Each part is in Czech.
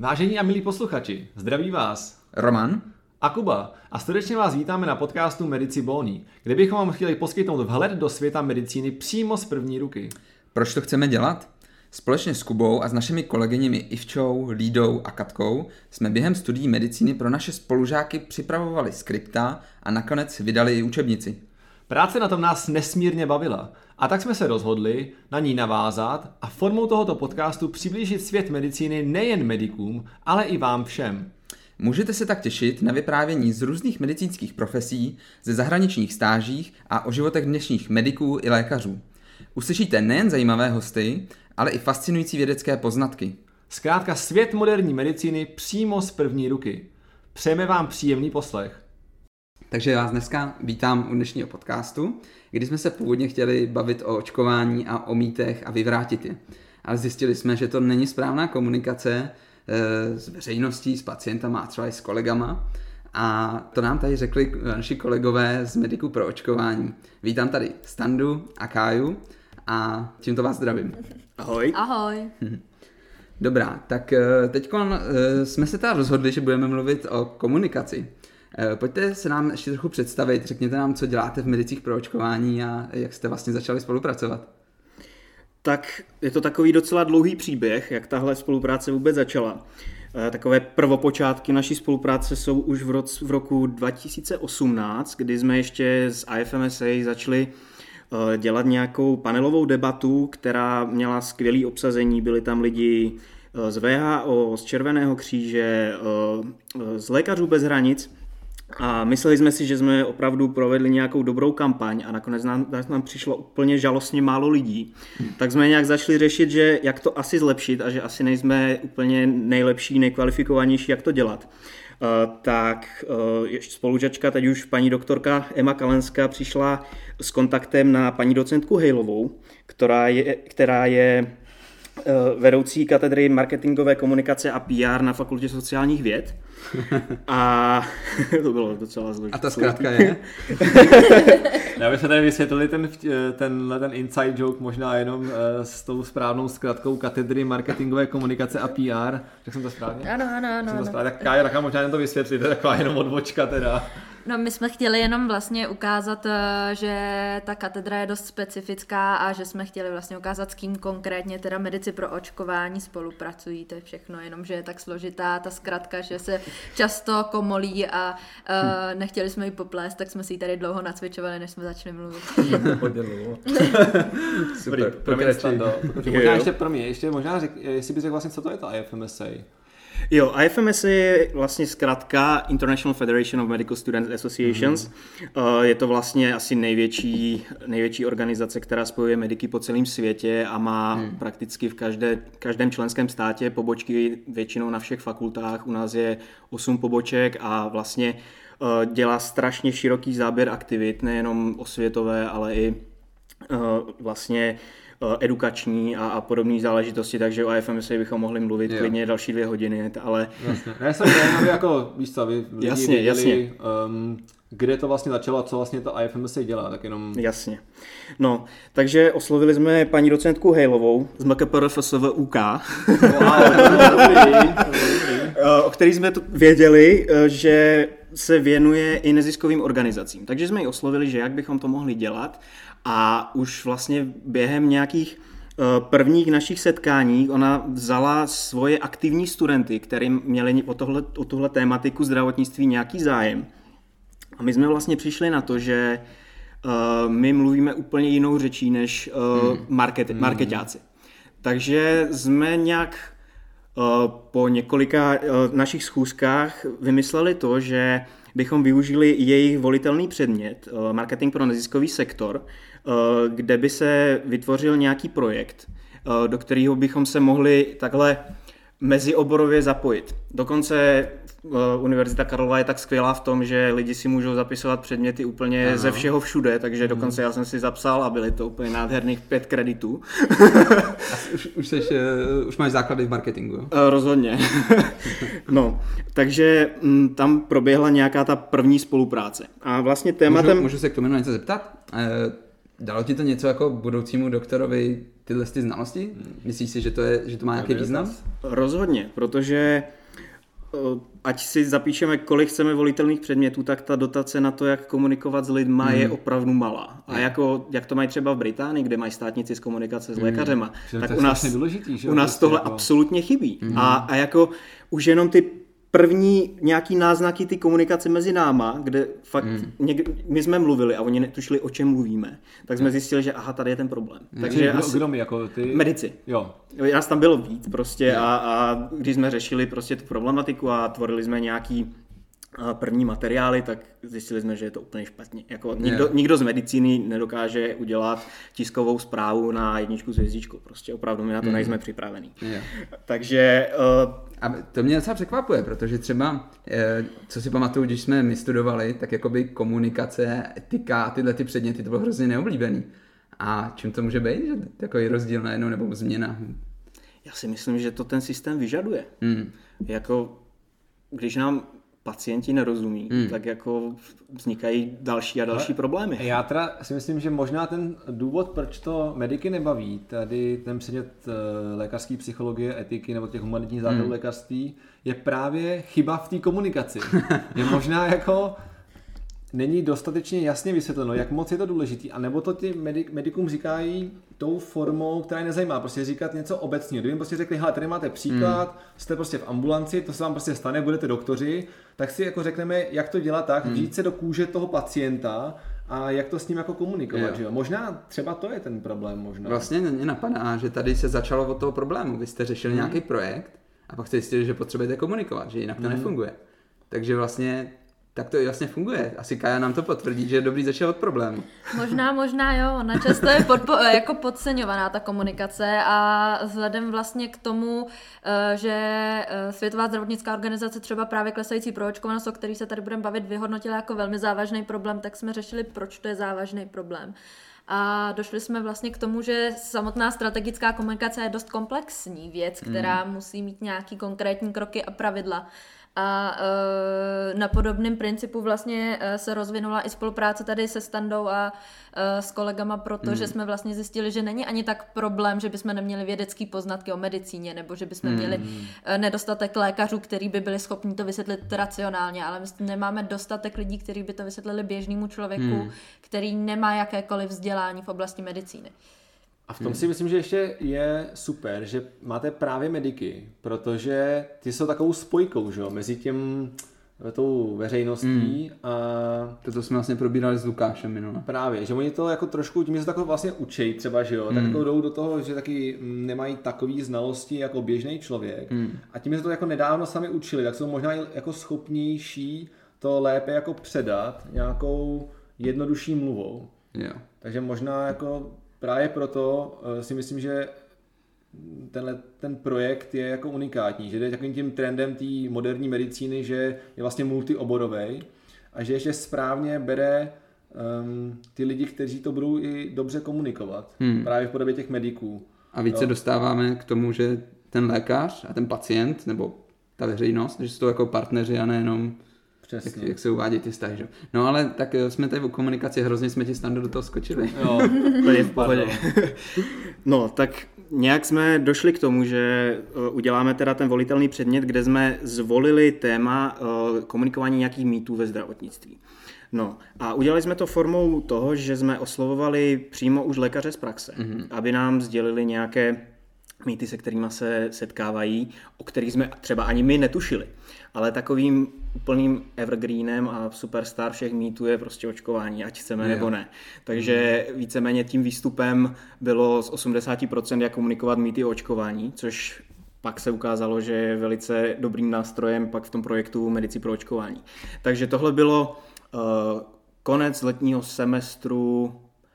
Vážení a milí posluchači, zdraví vás Roman a Kuba a srdečně vás vítáme na podcastu Medici Boni, kde bychom vám chtěli poskytnout vhled do světa medicíny přímo z první ruky. Proč to chceme dělat? Společně s Kubou a s našimi kolegyněmi Ivčou, Lídou a Katkou jsme během studií medicíny pro naše spolužáky připravovali skripta a nakonec vydali i učebnici. Práce na tom nás nesmírně bavila a tak jsme se rozhodli na ní navázat a formou tohoto podcastu přiblížit svět medicíny nejen medikům, ale i vám všem. Můžete se tak těšit na vyprávění z různých medicínských profesí, ze zahraničních stážích a o životech dnešních mediků i lékařů. Uslyšíte nejen zajímavé hosty, ale i fascinující vědecké poznatky. Zkrátka svět moderní medicíny přímo z první ruky. Přejeme vám příjemný poslech. Takže vás dneska vítám u dnešního podcastu, kdy jsme se původně chtěli bavit o očkování a o mýtech a vyvrátit je. Ale zjistili jsme, že to není správná komunikace s veřejností, s pacientama a třeba i s kolegama. A to nám tady řekli naši kolegové z Mediků pro očkování. Vítám tady Standu a Káju a tímto vás zdravím. Ahoj. Ahoj. Dobrá, tak teď jsme se teda rozhodli, že budeme mluvit o komunikaci. Pojďte se nám ještě trochu představit, řekněte nám, co děláte v Medicích pro očkování a jak jste vlastně začali spolupracovat. Tak je to takový docela dlouhý příběh, jak tahle spolupráce vůbec začala. Takové prvopočátky naší spolupráce jsou už v roku 2018, kdy jsme ještě z IFMSA začali dělat nějakou panelovou debatu, která měla skvělé obsazení. Byli tam lidi z VHO, z Červeného kříže, z Lékařů bez hranic. A mysleli jsme si, že jsme opravdu provedli nějakou dobrou kampaň a nakonec nám přišlo úplně žalostně málo lidí. Tak jsme nějak začali řešit, že jak to asi zlepšit a že asi nejsme úplně nejlepší, nejkvalifikovanější, jak to dělat. Tak spolužačka, teď už paní doktorka Emma Kalenská, přišla s kontaktem na paní docentku Hejlovou, která je vedoucí katedry marketingové komunikace a PR na Fakultě sociálních věd. A to bylo docela zložité. A ta zkrátka je? Já bych se tady vysvětlili ten inside joke možná jenom s tou správnou zkratkou katedry marketingové komunikace a PR. Tak jsem to správně? Ano. Tak Kája, tak možná jen to vysvětlit, to je taková jenom odbočka teda. No, my jsme chtěli jenom vlastně ukázat, že ta katedra je dost specifická a že jsme chtěli vlastně ukázat, s kým konkrétně teda medici pro očkování spolupracují. To je všechno, jenom že je tak složitá ta zkratka, že se často komolí a nechtěli jsme ji poplést, tak jsme si ji tady dlouho nacvičovali, než jsme začali mluvit. Hodně dlouho. Super. Ještě možná jestli bys řekl vlastně, co to je ta IFMSA? Jo, IFMSA je vlastně zkratka International Federation of Medical Students Associations. Je to vlastně asi největší organizace, která spojuje mediky po celém světě a má prakticky v každém členském státě pobočky, většinou na všech fakultách. U nás je 8 poboček a vlastně dělá strašně široký záběr aktivit, nejenom osvětové, ale i vlastně edukační a podobné záležitosti, takže o IFMSA bychom mohli mluvit klidně další 2 hodiny, ale... Jasně. Já jsem jenom jako, víš co, vy lidi věděli, kde to vlastně začalo a co vlastně to IFMSA dělá, tak jenom... Jasně. No, takže oslovili jsme paní docentku Hejlovou z MKPRFSVUK, o který jsme věděli, že se věnuje i neziskovým organizacím. Takže jsme ji oslovili, že jak bychom to mohli dělat. A už vlastně během nějakých prvních našich setkání ona vzala svoje aktivní studenty, kteří měli o tohle tématiku zdravotnictví nějaký zájem. A my jsme vlastně přišli na to, že my mluvíme úplně jinou řečí než marketáci. Takže jsme nějak po několika našich schůzkách vymysleli to, že bychom využili jejich volitelný předmět, marketing pro neziskový sektor, kde by se vytvořil nějaký projekt, do kterého bychom se mohli takhle mezioborově zapojit. Dokonce Univerzita Karlova je tak skvělá v tom, že lidi si můžou zapisovat předměty úplně ze všeho všude, takže dokonce já jsem si zapsal a byly to úplně nádherných 5 kreditů. Už máš základy v marketingu? Rozhodně. No, takže tam proběhla nějaká ta první spolupráce. A vlastně tématem... Můžu se k tomu něco zeptat? Dalo ti to něco jako budoucímu doktorovi tyhle znalosti? Myslíš si, že to má nějaký význam? Rozhodně, protože ať si zapíšeme, kolik chceme volitelných předmětů, tak ta dotace na to, jak komunikovat s lidma, je opravdu malá. A jak to mají třeba v Británii, kde mají státníci z komunikace s lékařema, tak u nás tohle absolutně chybí. A jako už jenom ty první nějaký náznaky ty komunikace mezi náma, kde fakt my jsme mluvili a oni netušili, o čem mluvíme, tak jsme zjistili, že aha, tady je ten problém. Takže kdo my, jako ty? Medici. Jo. Nás tam bylo víc prostě a když jsme řešili prostě tu problematiku a tvorili jsme nějaký první materiály, tak zjistili jsme, že je to úplně špatně. Jako nikdo z medicíny nedokáže udělat tiskovou zprávu na 1 s hvězdičkou. Prostě opravdu my na to nejsme připravení. Takže... A to mě docela překvapuje, protože třeba, co si pamatuju, když jsme my studovali, tak jakoby komunikace, etika a tyhle ty předměty, to bylo hrozně neoblíbený. A čím to může být, že takový rozdíl najednou nebo změna? Já si myslím, že to ten systém vyžaduje. Jako, když nám pacienti nerozumí, tak jako vznikají další a další problémy. Já teda si myslím, že možná ten důvod, proč to mediky nebaví, tady ten předmět lékařské psychologie, etiky nebo těch humanitních základů lékařství, je právě chyba v té komunikaci. Je možná jako není dostatečně jasně vysvětleno, jak moc je to důležitý, anebo to ti medikům říkají tou formou, která je nezajímá, prostě říkat něco obecně. Kdyby jim prostě řekli, hele, tady máte příklad, jste prostě v ambulanci, to se vám prostě stane, budete doktoři, tak si jako řekneme, jak to dělat tak, vžít se do kůže toho pacienta a jak to s ním jako komunikovat, že jo? Možná třeba to je ten problém možná. Vlastně mě napadá, že tady se začalo od toho problému. Vy jste řešili nějaký projekt a pak jste zjistili, že potřebujete komunikovat, že jinak to nefunguje. Takže vlastně tak to vlastně funguje. Asi Kaja nám to potvrdí, že je dobrý začít od problému. Možná jo. Ona často je jako podceňovaná ta komunikace a vzhledem vlastně k tomu, že Světová zdravotnická organizace třeba právě klesající proočkovanost, o který se tady budeme bavit, vyhodnotila jako velmi závažný problém, tak jsme řešili, proč to je závažný problém. A došli jsme vlastně k tomu, že samotná strategická komunikace je dost komplexní věc, která musí mít nějaký konkrétní kroky a pravidla. A na podobném principu vlastně se rozvinula i spolupráce tady se Standou a s kolegama, protože jsme vlastně zjistili, že není ani tak problém, že bychom neměli vědecké poznatky o medicíně, nebo že bychom měli nedostatek lékařů, který by byli schopni to vysvětlit racionálně, ale my nemáme dostatek lidí, kteří by to vysvětlili běžnému člověku, který nemá jakékoliv vzdělání v oblasti medicíny. A v tom si myslím, že ještě je super, že máte právě mediky, protože ty jsou takovou spojkou, že jo, mezi tím tou veřejností a... To jsme vlastně probírali s Lukášem minule. Právě, že oni to jako trošku, tím se to vlastně učí třeba, že jo, tak jako jdou do toho, že taky nemají takový znalosti jako běžný člověk a tím se to jako nedávno sami učili, tak jsou možná jako schopnější to lépe jako předat nějakou jednodušší mluvou. Jo. Takže možná jako právě proto si myslím, že ten projekt je jako unikátní, že jde takovým tím trendem té moderní medicíny, že je vlastně multioborovej a že ještě správně bere ty lidi, kteří to budou i dobře komunikovat. Právě v podobě těch mediků. A víc se dostáváme k tomu, že ten lékař a ten pacient, nebo ta veřejnost, že jsou to jako partneři a nejenom jak se uvádí ty vztahy. No ale tak jsme tady v komunikaci, hrozně jsme ti Stando do toho skočili. Jo, to je v pohodě. No, tak nějak jsme došli k tomu, že uděláme teda ten volitelný předmět, kde jsme zvolili téma komunikování nějakých mýtů ve zdravotnictví. No a udělali jsme to formou toho, že jsme oslovovali přímo už lékaře z praxe, aby nám sdělili nějaké mýty, se kterými se setkávají, o kterých jsme třeba ani my netušili. Ale takovým úplným evergreenem a superstar všech mýtů je prostě očkování, ať chceme nebo ne. Takže víceméně tím výstupem bylo z 80% jak komunikovat mýty o očkování, což pak se ukázalo, že je velice dobrým nástrojem pak v tom projektu Medici pro očkování. Takže tohle bylo konec letního semestru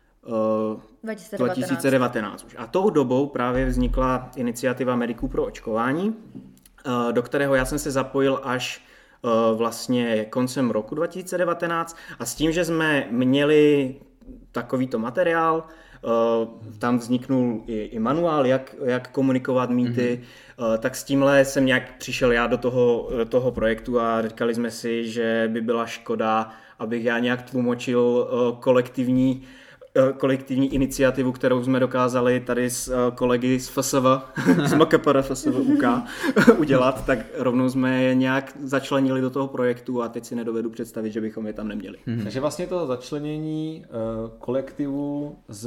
2019 už. A tou dobou právě vznikla iniciativa Mediků pro očkování, do kterého já jsem se zapojil až vlastně koncem roku 2019 a s tím, že jsme měli takovýto materiál, tam vzniknul i manuál, jak komunikovat mýty, tak s tímhle jsem nějak přišel já do toho projektu a říkali jsme si, že by byla škoda, abych já nějak tlumočil kolektivní kolektivní iniciativu, kterou jsme dokázali tady s kolegy z FSV, z MKPR FSV UK udělat, tak rovnou jsme je nějak začlenili do toho projektu a teď si nedovedu představit, že bychom je tam neměli. Takže vlastně to začlenění kolektivu z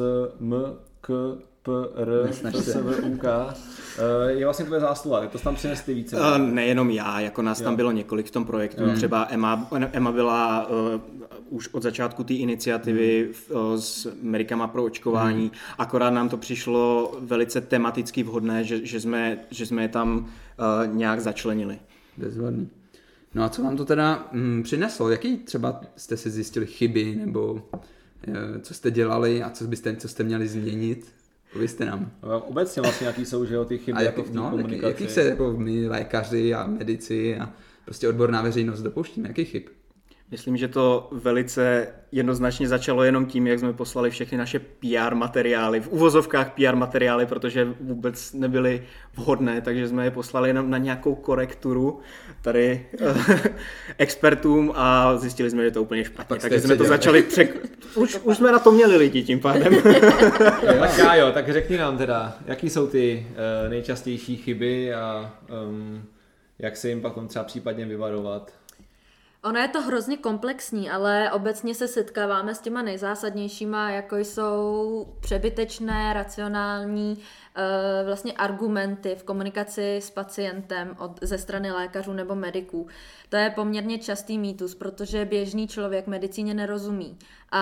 MKPR FSV UK je vlastně tvoje zásluha, to tam přinesli více. Nejenom já, jako nás tam bylo několik v tom projektu. Třeba Emma byla už od začátku té iniciativy s Medikama pro očkování, akorát nám to přišlo velice tematicky vhodné, že jsme je tam nějak začlenili. Bezvadný. No a co vám to teda přineslo? Jaký třeba jste si zjistili chyby, nebo co jste dělali a co jste měli změnit? Povězte nám. Obecně vlastně jaký jsou, že ty chyby jako v té komunikaci. Jakých se jako my lékaři a medici a prostě odborná veřejnost dopouštíme? Jakých chyb? Myslím, že to velice jednoznačně začalo jenom tím, jak jsme poslali všechny naše PR materiály, v uvozovkách PR materiály, protože vůbec nebyly vhodné, takže jsme je poslali jenom na nějakou korekturu tady expertům a zjistili jsme, že to úplně špatně. Takže jsme to začali už jsme na to měli lidi tím pádem. Tak Kájo, tak řekni nám teda, jaký jsou ty nejčastější chyby a jak se jim potom třeba případně vyvarovat? Ono je to hrozně komplexní, ale obecně se setkáváme s těma nejzásadnějšíma, jako jsou přebytečné, racionální vlastně argumenty v komunikaci s pacientem ze strany lékařů nebo mediků. To je poměrně častý mýtus, protože běžný člověk medicíně nerozumí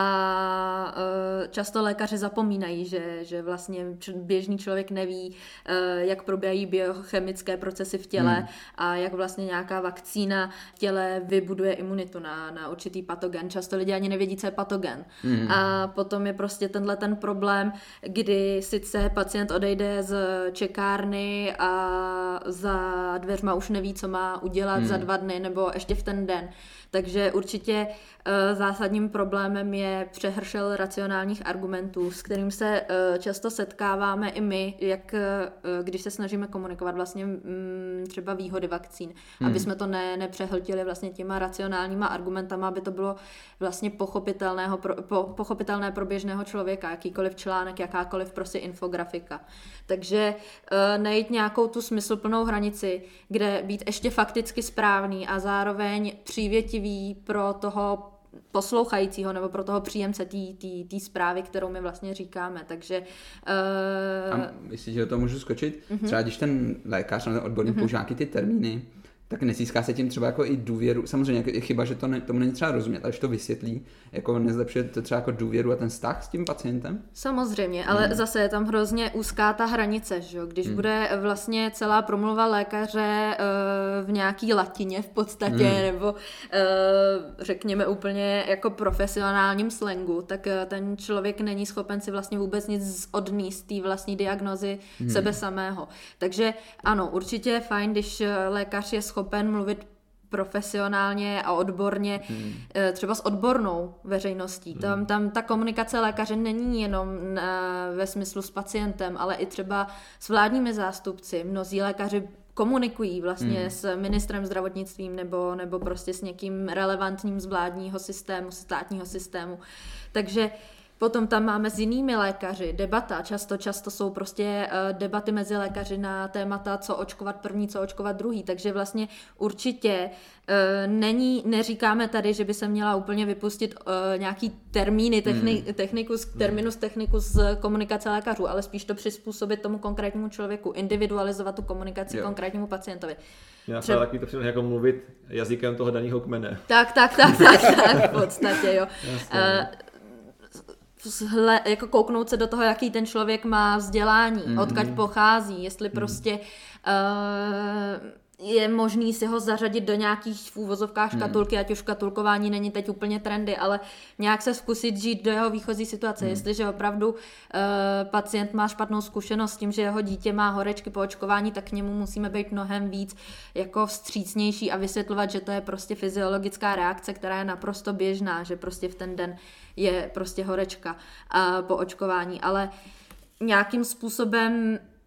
a často lékaři zapomínají, že vlastně běžný člověk neví, jak probíhají biochemické procesy v těle a jak vlastně nějaká vakcína v těle vybuduje imunitu na určitý patogen. Často lidi ani nevědí, co je patogen. A potom je prostě ten problém, kdy sice pacient odejde z čekárny a za dveřma už neví, co má udělat za 2 dny nebo ještě v ten den. Takže určitě zásadním problémem je přehršel racionálních argumentů, s kterým se často setkáváme i my, když se snažíme komunikovat vlastně třeba výhody vakcín, aby jsme to nepřehltili vlastně těma racionálníma argumentama, aby to bylo vlastně pochopitelné pro běžného člověka, jakýkoliv článek, jakákoliv prostě infografika. Takže najít nějakou tu smysluplnou hranici, kde být ještě fakticky správný a zároveň přívětivý pro toho poslouchajícího nebo pro toho příjemce té zprávy, kterou my vlastně říkáme. Takže a myslím, že to můžu skočit. Třeba když ten lékař nebo odborník používá nějaký ty termíny, tak nezíská se tím třeba jako i důvěru. Samozřejmě je chyba, že tomu není třeba rozumět, ale když to vysvětlí, jako nezlepšuje to třeba jako důvěru a ten vztah s tím pacientem? Samozřejmě, ale zase je tam hrozně úzká ta hranice, že jo? Když bude vlastně celá promluva lékaře v nějaký latině v podstatě, nebo řekněme úplně jako profesionálním slangu, tak ten člověk není schopen si vlastně vůbec nic odníst té vlastní diagnózy sebe samého. Takže ano, určitě je fajn, když lékař je schopen mluvit profesionálně a odborně, třeba s odbornou veřejností. Tam ta komunikace lékaře není jenom ve smyslu s pacientem, ale i třeba s vládními zástupci. Mnozí lékaři komunikují vlastně s ministrem zdravotnictvím nebo prostě s někým relevantním z vládního systému, státního systému. Takže potom tam máme s jinými lékaři debata. Často jsou prostě debaty mezi lékaři na témata, co očkovat první, co očkovat druhý. Takže vlastně určitě neříkáme tady, že by se měla úplně vypustit nějaký termíny, terminus technicus z komunikace lékařů, ale spíš to přizpůsobit tomu konkrétnímu člověku, individualizovat tu komunikaci konkrétnímu pacientovi. Já se taky to přijde jako mluvit jazykem toho daného kmene. Tak, v podstatě, jo. Jako kouknout se do toho, jaký ten člověk má vzdělání, odkud pochází, jestli prostě je možný si ho zařadit do nějakých v úvozovkách škatulky, ať už škatulkování není teď úplně trendy, ale nějak se zkusit žít do jeho výchozí situace. Jestliže opravdu pacient má špatnou zkušenost s tím, že jeho dítě má horečky po očkování, tak k němu musíme být mnohem víc jako vstřícnější a vysvětlovat, že to je prostě fyziologická reakce, která je naprosto běžná, že prostě v ten den je prostě horečka po očkování, ale nějakým způsobem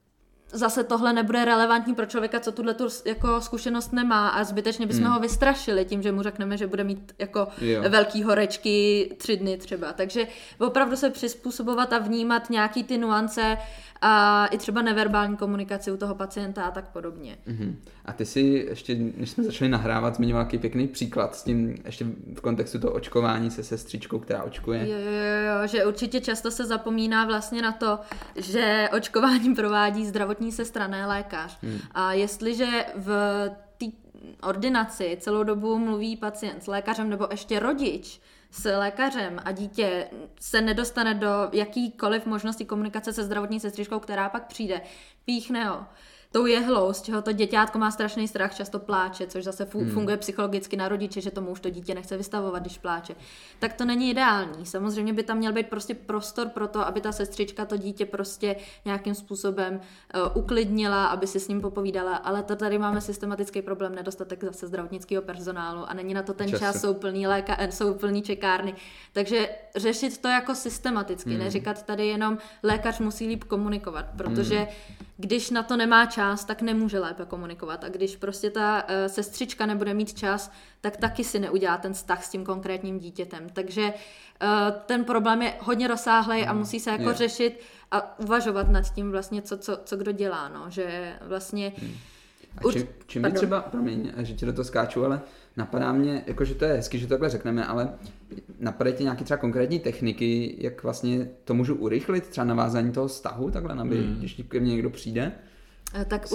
zase tohle nebude relevantní pro člověka, co tuhletu jako zkušenost nemá a zbytečně bychom ho vystrašili tím, že mu řekneme, že bude mít jako velký horečky 3 dny třeba. Takže opravdu se přizpůsobovat a vnímat nějaký ty nuance a i třeba neverbální komunikaci u toho pacienta a tak podobně. A ty si ještě, než jsme začali nahrávat, zmiňoval jaký pěkný příklad s tím ještě v kontextu toho očkování se sestřičkou, která očkuje. Jo, že určitě často se zapomíná vlastně na to, že očkování provádí zdravotní sestra, ne lékař. A jestliže v té ordinaci celou dobu mluví pacient s lékařem nebo ještě rodič s lékařem a dítě se nedostane do jakýkoliv možnosti komunikace se zdravotní sestřičkou, která pak přijde, píchne ho tou jehlou, z čeho to děťátko má strašný strach, často pláče, což zase funguje psychologicky na rodiče, že tomu už to dítě nechce vystavovat, když pláče. Tak to není ideální. Samozřejmě by tam měl být prostě prostor pro to, aby ta sestřička to dítě prostě nějakým způsobem uklidnila, aby si s ním popovídala, ale to tady máme systematický problém, nedostatek zase zdravotnického personálu a není na to ten čas, jsou plný čekárny. Takže řešit to jako systematicky, neříkat tady jenom lékař musí líp komunikovat, protože když na to nemá čas, tak nemůže lépe komunikovat. A když prostě ta sestřička nebude mít čas, tak taky si neudělá ten vztah s tím konkrétním dítětem. Takže ten problém je hodně rozsáhlej a musí se jako řešit a uvažovat nad tím vlastně, co kdo dělá. No? Že vlastně... A čím je třeba, promiň, že ti do toho skáču, ale napadá mě, jakože to je hezky, že to takhle řekneme, ale napadají ti nějaké třeba konkrétní techniky, jak vlastně to můžu urychlit, třeba navázání toho vztahu, takhle, když ke mně někdo přijde? Tak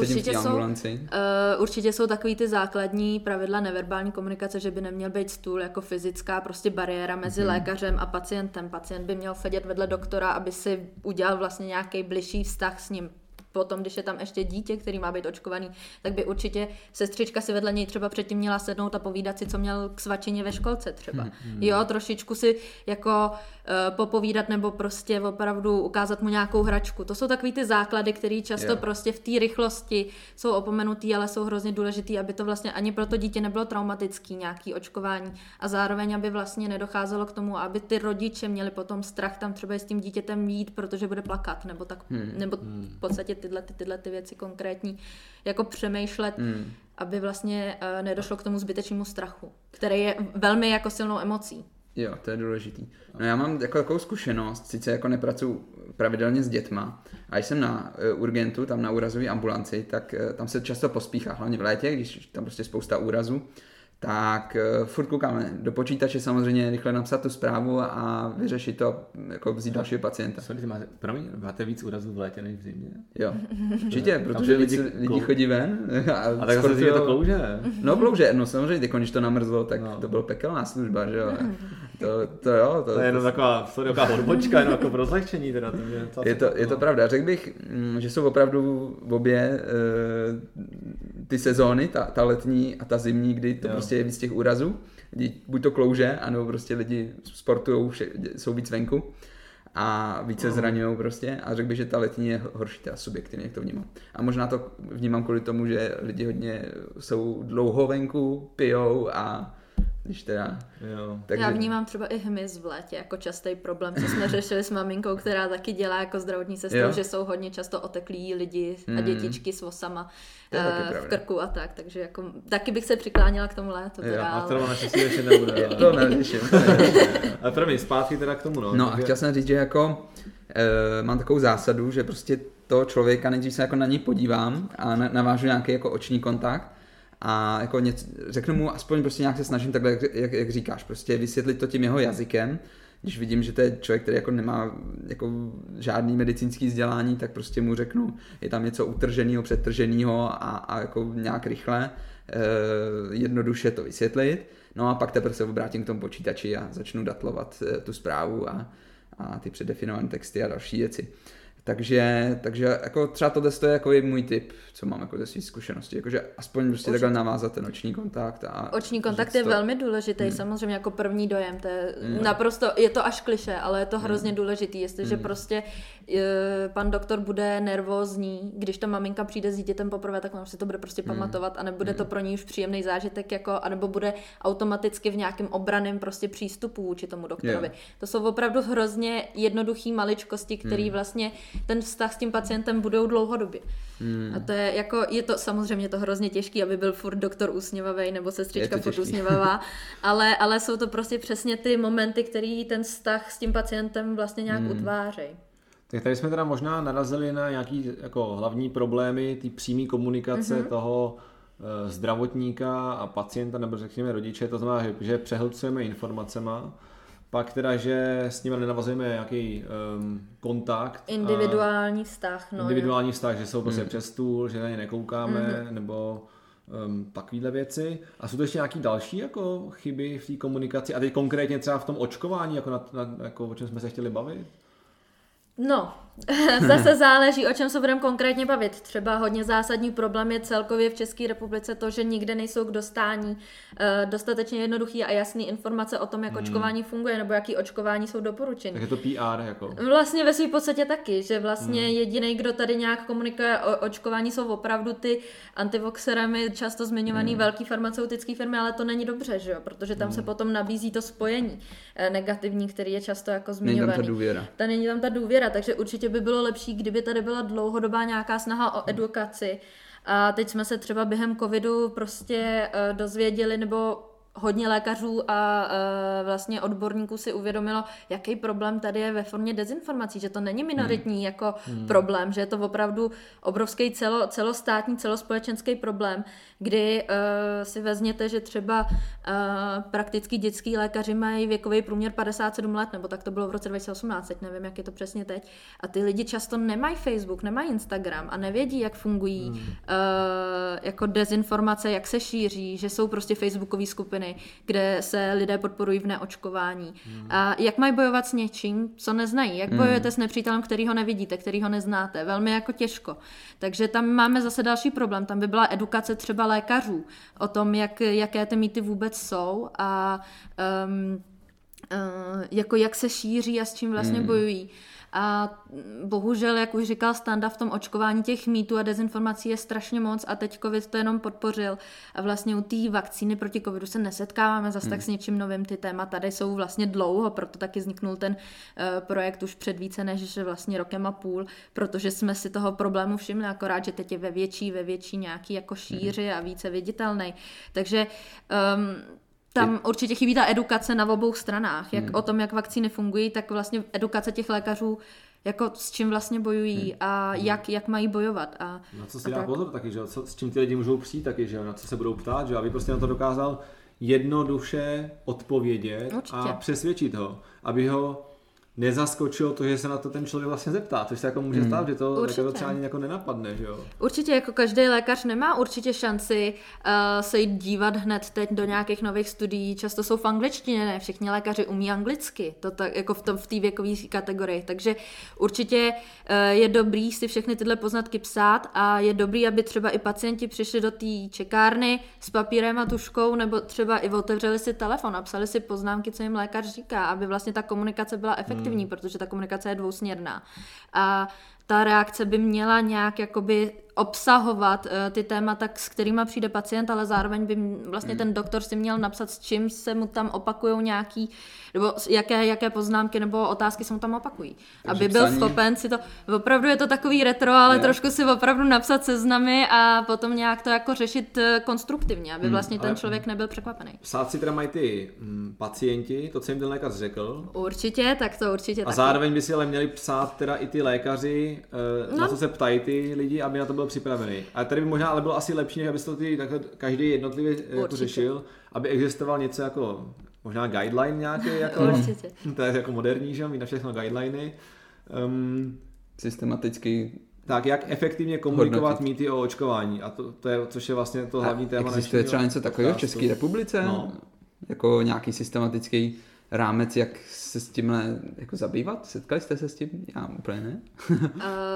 určitě jsou takový ty základní pravidla neverbální komunikace, že by neměl být stůl jako fyzická prostě bariéra mezi lékařem a pacientem. Pacient by měl sedět vedle doktora, aby si udělal vlastně nějaký bližší vztah s ním. Potom, když je tam ještě dítě, který má být očkovaný, tak by určitě sestřička si vedle něj třeba předtím měla sednout a povídat si, co měl k svačině ve školce třeba. Jo, trošičku si jako popovídat nebo prostě opravdu ukázat mu nějakou hračku. To jsou takový ty základy, které často prostě v té rychlosti jsou opomenutý, ale jsou hrozně důležitý, aby to vlastně ani pro to dítě nebylo traumatický nějaký očkování a zároveň, aby vlastně nedocházelo k tomu, aby ty rodiče měli potom strach tam třeba s tím dítětem jít, protože bude plakat nebo tak, nebo v podstatě tyhle ty věci konkrétní jako přemýšlet, aby vlastně nedošlo k tomu zbytečnému strachu, který je velmi jako silnou emocí. Jo, to je důležitý. No já mám jako takovou zkušenost, sice jako nepracuji pravidelně s dětma, a když jsem na urgentu, tam na úrazové ambulanci, tak tam se často pospíchá, hlavně v létě, když tam prostě spousta úrazů, tak furt koukáme do počítače samozřejmě, rychle napsat tu zprávu a vyřešit to, jako vzít dalšího pacienta. Máte víc úrazů v létě než v zimě? Jo, určitě, protože lidi chodí ven. A tak zase je to klouže, ne? No klouže, no samozřejmě, když to namrzlo, tak to bylo pekelná služba, že jo. To je jenom taková odbočka, jenom jako pro zlehčení teda. Je to pravda, řekl bych, že jsou opravdu obě ty sezóny, ta letní a ta zimní, kdy to prostě je víc těch úrazů, buď to klouže, anebo prostě lidi sportujou, jsou víc venku a více zraňujou prostě a řekl bych, že ta letní je horší, teda subjektivně, jak to vnímám. A možná to vnímám kvůli tomu, že lidi hodně jsou dlouho venku, pijou a když teda... Takže... Já vnímám třeba i hmyz v létě jako častý problém, co jsme řešili s maminkou, která taky dělá jako zdravotní sestrou, že jsou hodně často oteklí lidi a dětičky s vosama v krku a tak, takže jako, taky bych se přikláněla k tomu létu. Teda, a to naštěstí ještě nebude. To neřeším. Ale první, zpátky teda k tomu. No a chtěl jsem říct, že jako mám takovou zásadu, že prostě toho člověka nejdřív se jako na něj podívám a navážu nějaký jako oční kontakt, a jako řeknu mu, aspoň prostě nějak se snažím takhle, jak říkáš, prostě vysvětlit to tím jeho jazykem. Když vidím, že to je člověk, který jako nemá jako žádný medicínský vzdělání, tak prostě mu řeknu, je tam něco utrženého, přetrženého a jako nějak rychle, jednoduše to vysvětlit. No a pak teprve se obrátím k tomu počítači a začnu datlovat tu zprávu a ty předdefinované texty a další věci. Takže jako třeba tohle je jako můj tip, co mám jako ze svých zkušeností, jakože aspoň prostě takhle navázat ten oční kontakt. Oční kontakt je velmi důležitý, samozřejmě jako první dojem, to je naprosto, je to až klišé, ale je to hrozně důležitý, jestliže prostě pan doktor bude nervózní, když ta maminka přijde s dítětem poprvé, tak on si to bude prostě pamatovat a nebude to pro ní už příjemný zážitek, jako, anebo bude automaticky v nějakém obraném prostě přístupu vůči tomu doktorovi. To jsou opravdu hrozně jednoduchý maličkosti, který vlastně ten vztah s tím pacientem budou dlouhodobě. A to je to samozřejmě to hrozně těžký, aby byl furt doktor usměvavej nebo sestřička furt usměvavá, ale jsou to prostě přesně ty momenty, který ten vztah s tím pacientem vlastně nějak utvářejí. Tak tady jsme teda možná narazili na nějaký jako hlavní problémy té přímé komunikace toho zdravotníka a pacienta, nebo řekněme rodiče, to znamená, že přehlcujeme informacema, pak teda, že s nimi nenavazujeme nějaký kontakt. Individuální vztah. Individuální vztah, že jsou prostě přes stůl, že na ně nekoukáme, nebo takovýhle věci. A jsou to ještě nějaký další jako chyby v té komunikaci? A teď konkrétně třeba v tom očkování, jako o čem jsme se chtěli bavit? No, zase záleží, o čem se budeme konkrétně bavit. Třeba hodně zásadní problém je celkově v České republice to, že nikde nejsou k dostání dostatečně jednoduchý a jasný informace o tom, jak očkování funguje, nebo jaký očkování jsou doporučení. Tak je to PR jako? Vlastně ve své podstatě taky, že vlastně jediný, kdo tady nějak komunikuje o očkování, jsou opravdu ty antivoxerami, často zmiňovaný velký farmaceutický firmy, ale to není dobře, že jo? Protože tam se potom nabízí to spojení negativní, který je často jako zmiňovaný. Není tam ta důvěra. Není tam ta důvěra, takže určitě by bylo lepší, kdyby tady byla dlouhodobá nějaká snaha o edukaci. A teď jsme se třeba během covidu prostě dozvěděli, nebo hodně lékařů a vlastně odborníků si uvědomilo, jaký problém tady je ve formě dezinformací, že to není minoritní jako problém, že je to opravdu obrovský celostátní, celospolečenský problém, kdy si vezměte, že třeba prakticky dětský lékaři mají věkový průměr 57 let, nebo tak to bylo v roce 2018, teď nevím, jak je to přesně teď, a ty lidi často nemají Facebook, nemají Instagram a nevědí, jak fungují jako dezinformace, jak se šíří, že jsou prostě facebookové skupiny, kde se lidé podporují v neočkování. A jak mají bojovat s něčím, co neznají? Jak bojujete s nepřítelem, kterýho nevidíte, kterýho neznáte? Velmi jako těžko. Takže tam máme zase další problém. Tam by byla edukace třeba lékařů o tom, jaké ty mýty vůbec jsou a jako jak se šíří a s čím vlastně bojují. A bohužel, jak už říkal Standa, v tom očkování těch mýtů a dezinformací je strašně moc a teď covid to jenom podpořil. A vlastně u té vakcíny proti covidu se nesetkáváme zase tak s něčím novým. Ty témata tady jsou vlastně dlouho, proto taky vzniknul ten projekt už před více než vlastně rokem a půl, protože jsme si toho problému všimli, akorát, že teď je ve větší nějaký jako šíři a více viditelný. Takže tam určitě chybí ta edukace na obou stranách, jak o tom, jak vakcíny fungují, tak vlastně edukace těch lékařů, jako s čím vlastně bojují a jak mají bojovat. A na co si dá pozor taky, že s čím ty lidi můžou přijít taky, že na co se budou ptát, že aby prostě na to dokázal jednoduše odpovědět a přesvědčit ho, aby ho nezaskočilo to, že se na to ten člověk vlastně zeptá, což se jako může stát, že to třeba ani jako nenapadne, že jo? Určitě, jako každý lékař nemá určitě šanci se jít dívat hned teď do nějakých nových studií, často jsou v angličtině, ne všichni lékaři umí anglicky, to tak jako v té věkové kategorii, takže určitě je dobrý si všechny tyhle poznatky psát a je dobrý, aby třeba i pacienti přišli do té čekárny s papírem a tuškou, nebo třeba i otevřeli si telefon a psali si poznámky, co jim lékař říká, aby vlastně ta komunikace byla efektivní, protože ta komunikace je dvousměrná. A ta reakce by měla nějak jakoby obsahovat ty témata, s kterýma přijde pacient, ale zároveň by vlastně ten doktor si měl napsat, s čím se mu tam opakujou nějaký, nebo jaké poznámky nebo otázky se mu tam opakují. Takže aby byl schopen si to, opravdu je to takový retro, ale trošku si opravdu napsat seznamy a potom nějak to jako řešit konstruktivně, aby vlastně ten člověk nebyl překvapený. Psát si teda mají ty pacienti, to, co jim ten lékař řekl. Určitě, tak to určitě. A zároveň by si ale měli psát teda i ty lékaři, na co se ptají ty lidi, aby na to byl připravený. A tady by možná ale bylo asi lepší, než aby to každý jednotlivě jako řešil, aby existoval něco jako možná guideline nějaký, jako, to je jako moderní, že mít na všechno guideliny. Systematicky. Tak, jak efektivně komunikovat mýty o očkování. A to je, což je vlastně to hlavní téma. Existuje třeba něco takového v České republice? No. Jako nějaký systematický rámec, jak se s tímhle jako zabývat? Setkali jste se s tím? Já úplně ne.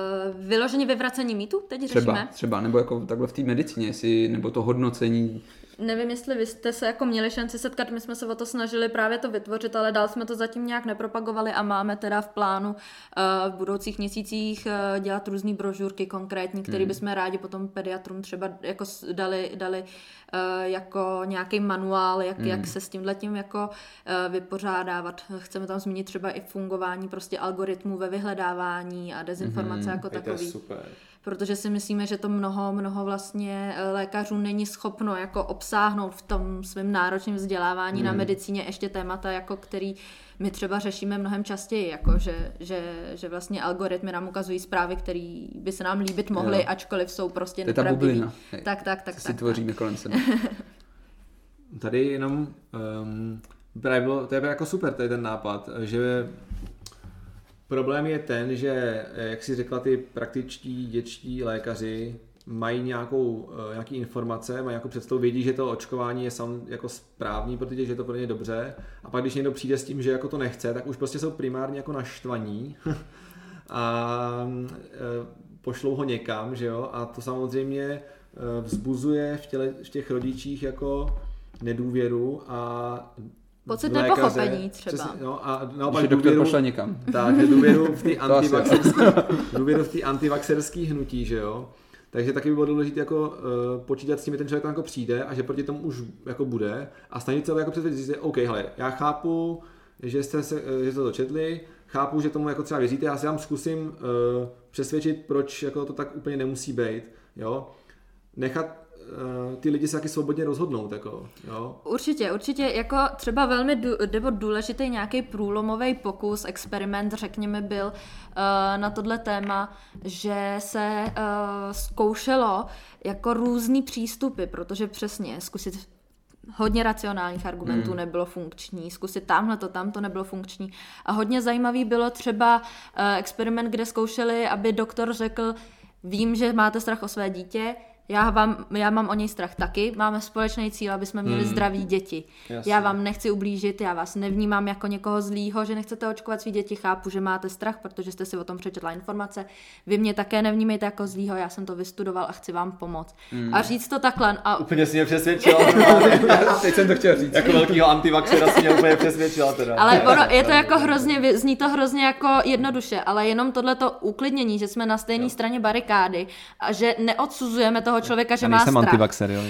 Vyloženě vyvracení mýtu teď řešíme? Třeba, nebo jako takhle v té medicíně, nebo to hodnocení Nevím, jestli vy jste se jako měli šanci setkat, my jsme se o to snažili právě to vytvořit, ale dál jsme to zatím nějak nepropagovali a máme teda v plánu v budoucích měsících dělat různý brožurky konkrétní, které bychom rádi potom pediatrům třeba jako dali jako nějaký manuál, jak se s tímhletím jako vypořádávat. Chceme tam zmínit třeba i fungování prostě algoritmů ve vyhledávání a dezinformace jako takový. To je super. Protože si myslíme, že to mnoho vlastně lékařů není schopno jako obsáhnout v tom svém náročném vzdělávání na medicíně ještě témata, jako který my třeba řešíme mnohem častěji, jako že vlastně algoritmy nám ukazují zprávy, které by se nám líbit mohly, ačkoliv jsou prostě nepravdivé. Tak. Si tvoříme kolem sebe. Tady jenom to je jako super, tady ten nápad, že problém je ten, že, jak jsi řekla, ty praktičtí dětští lékaři mají nějaký informace, mají nějakou představu, vědí, že to očkování je jako správný pro ty děti, že je to pro ně dobře, a pak když někdo přijde s tím, že jako to nechce, tak už prostě jsou primárně jako naštvaní a pošlou ho někam, že jo, a to samozřejmě vzbuzuje v těch rodičích jako nedůvěru a pocit nepochopení třeba. Přesně, no, a naopak že doktor pošle někam. Tak, důvěru v té antivaxerský hnutí, že jo. Takže taky by bylo důležité jako počítat s tím, že ten člověk tam jako přijde a že proti tomu už jako bude a snažit se jako přesvědčit, že OK, hele, já chápu, že jste to četli, chápu, že tomu jako třeba věříte, já si vám zkusím přesvědčit, proč jako to tak úplně nemusí být, jo. Nechat ty lidi se taky svobodně rozhodnout, jako, jo? Určitě, jako třeba velmi důležitý nějaký průlomový pokus, experiment, řekněme, byl na tohle téma, že se zkoušelo jako různý přístupy, protože přesně zkusit hodně racionálních argumentů nebylo funkční, zkusit tamto nebylo funkční a hodně zajímavý bylo třeba experiment, kde zkoušeli, aby doktor řekl, vím, že máte strach o své dítě, já mám o něj strach taky, máme společný cíl, aby jsme měli zdraví děti. Jasně. Já vám nechci ublížit, já vás nevnímám jako někoho zlýho, že nechcete očkovat svý děti, chápu, že máte strach, protože jste si o tom přečetla informace. Vy mě také nevnímejte jako zlýho, já jsem to vystudoval a chci vám pomoct. A říct to takhle. A... Úplně si mě přesvědčila. Teď jsem to chtěl říct. Jako velkýho antivaxera si mě úplně přesvědčila teda. Ale je to jako hrozně, zní to hrozně jako jednoduše, ale jenom tohleto uklidnění, že jsme na stejné straně barikády a že neodsuzujeme toho člověka, že má strach. Antivaxer, jo.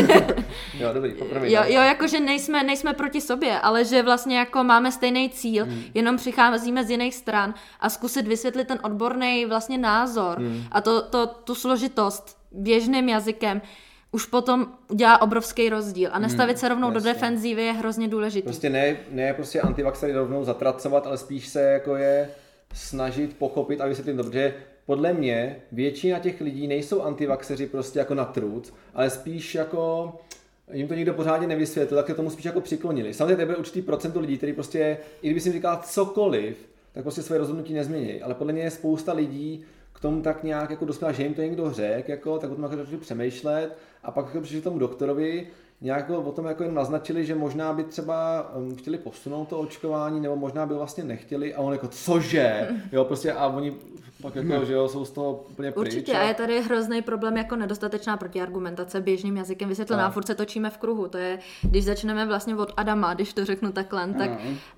Jo, dobrý, poprvé. Jo, jakože nejsme proti sobě, ale že vlastně jako máme stejný cíl, jenom přicházíme z jiných stran a zkusit vysvětlit ten odborný vlastně názor a tu složitost běžným jazykem už potom udělá obrovský rozdíl a nestavit se rovnou do defenzívy je hrozně důležitý. Prostě ne prostě antivaxery rovnou zatracovat, ale spíš se jako je snažit pochopit a vysvětlit dobře. Podle mě většina těch lidí nejsou antivaxeři prostě jako na trud, ale spíš jako jim to nikdo pořádně nevysvětlil, tak se tomu spíš jako přiklonili. Samozřejmě to je určitý procento lidí, který prostě, i kdyby si jim říkal cokoliv, tak prostě své rozhodnutí nezmění. Ale podle mě je spousta lidí k tomu tak nějak jako dospěla, že jim to někdo řekl, jako, tak o tom jako začali přemýšlet a pak jako přišli tomu doktorovi, nějak o tom jako jen naznačili, že možná by třeba chtěli posunout to očkování, nebo možná by vlastně nechtěli a on jako cože, jo, prostě a oni pak jako, že jo, jsou z toho úplně pryč. Určitě a je tady hrozný problém jako nedostatečná protiargumentace běžným jazykem vysvětlená, furt se točíme v kruhu, to je, když začneme vlastně od Adama, když to řeknu takhle, tak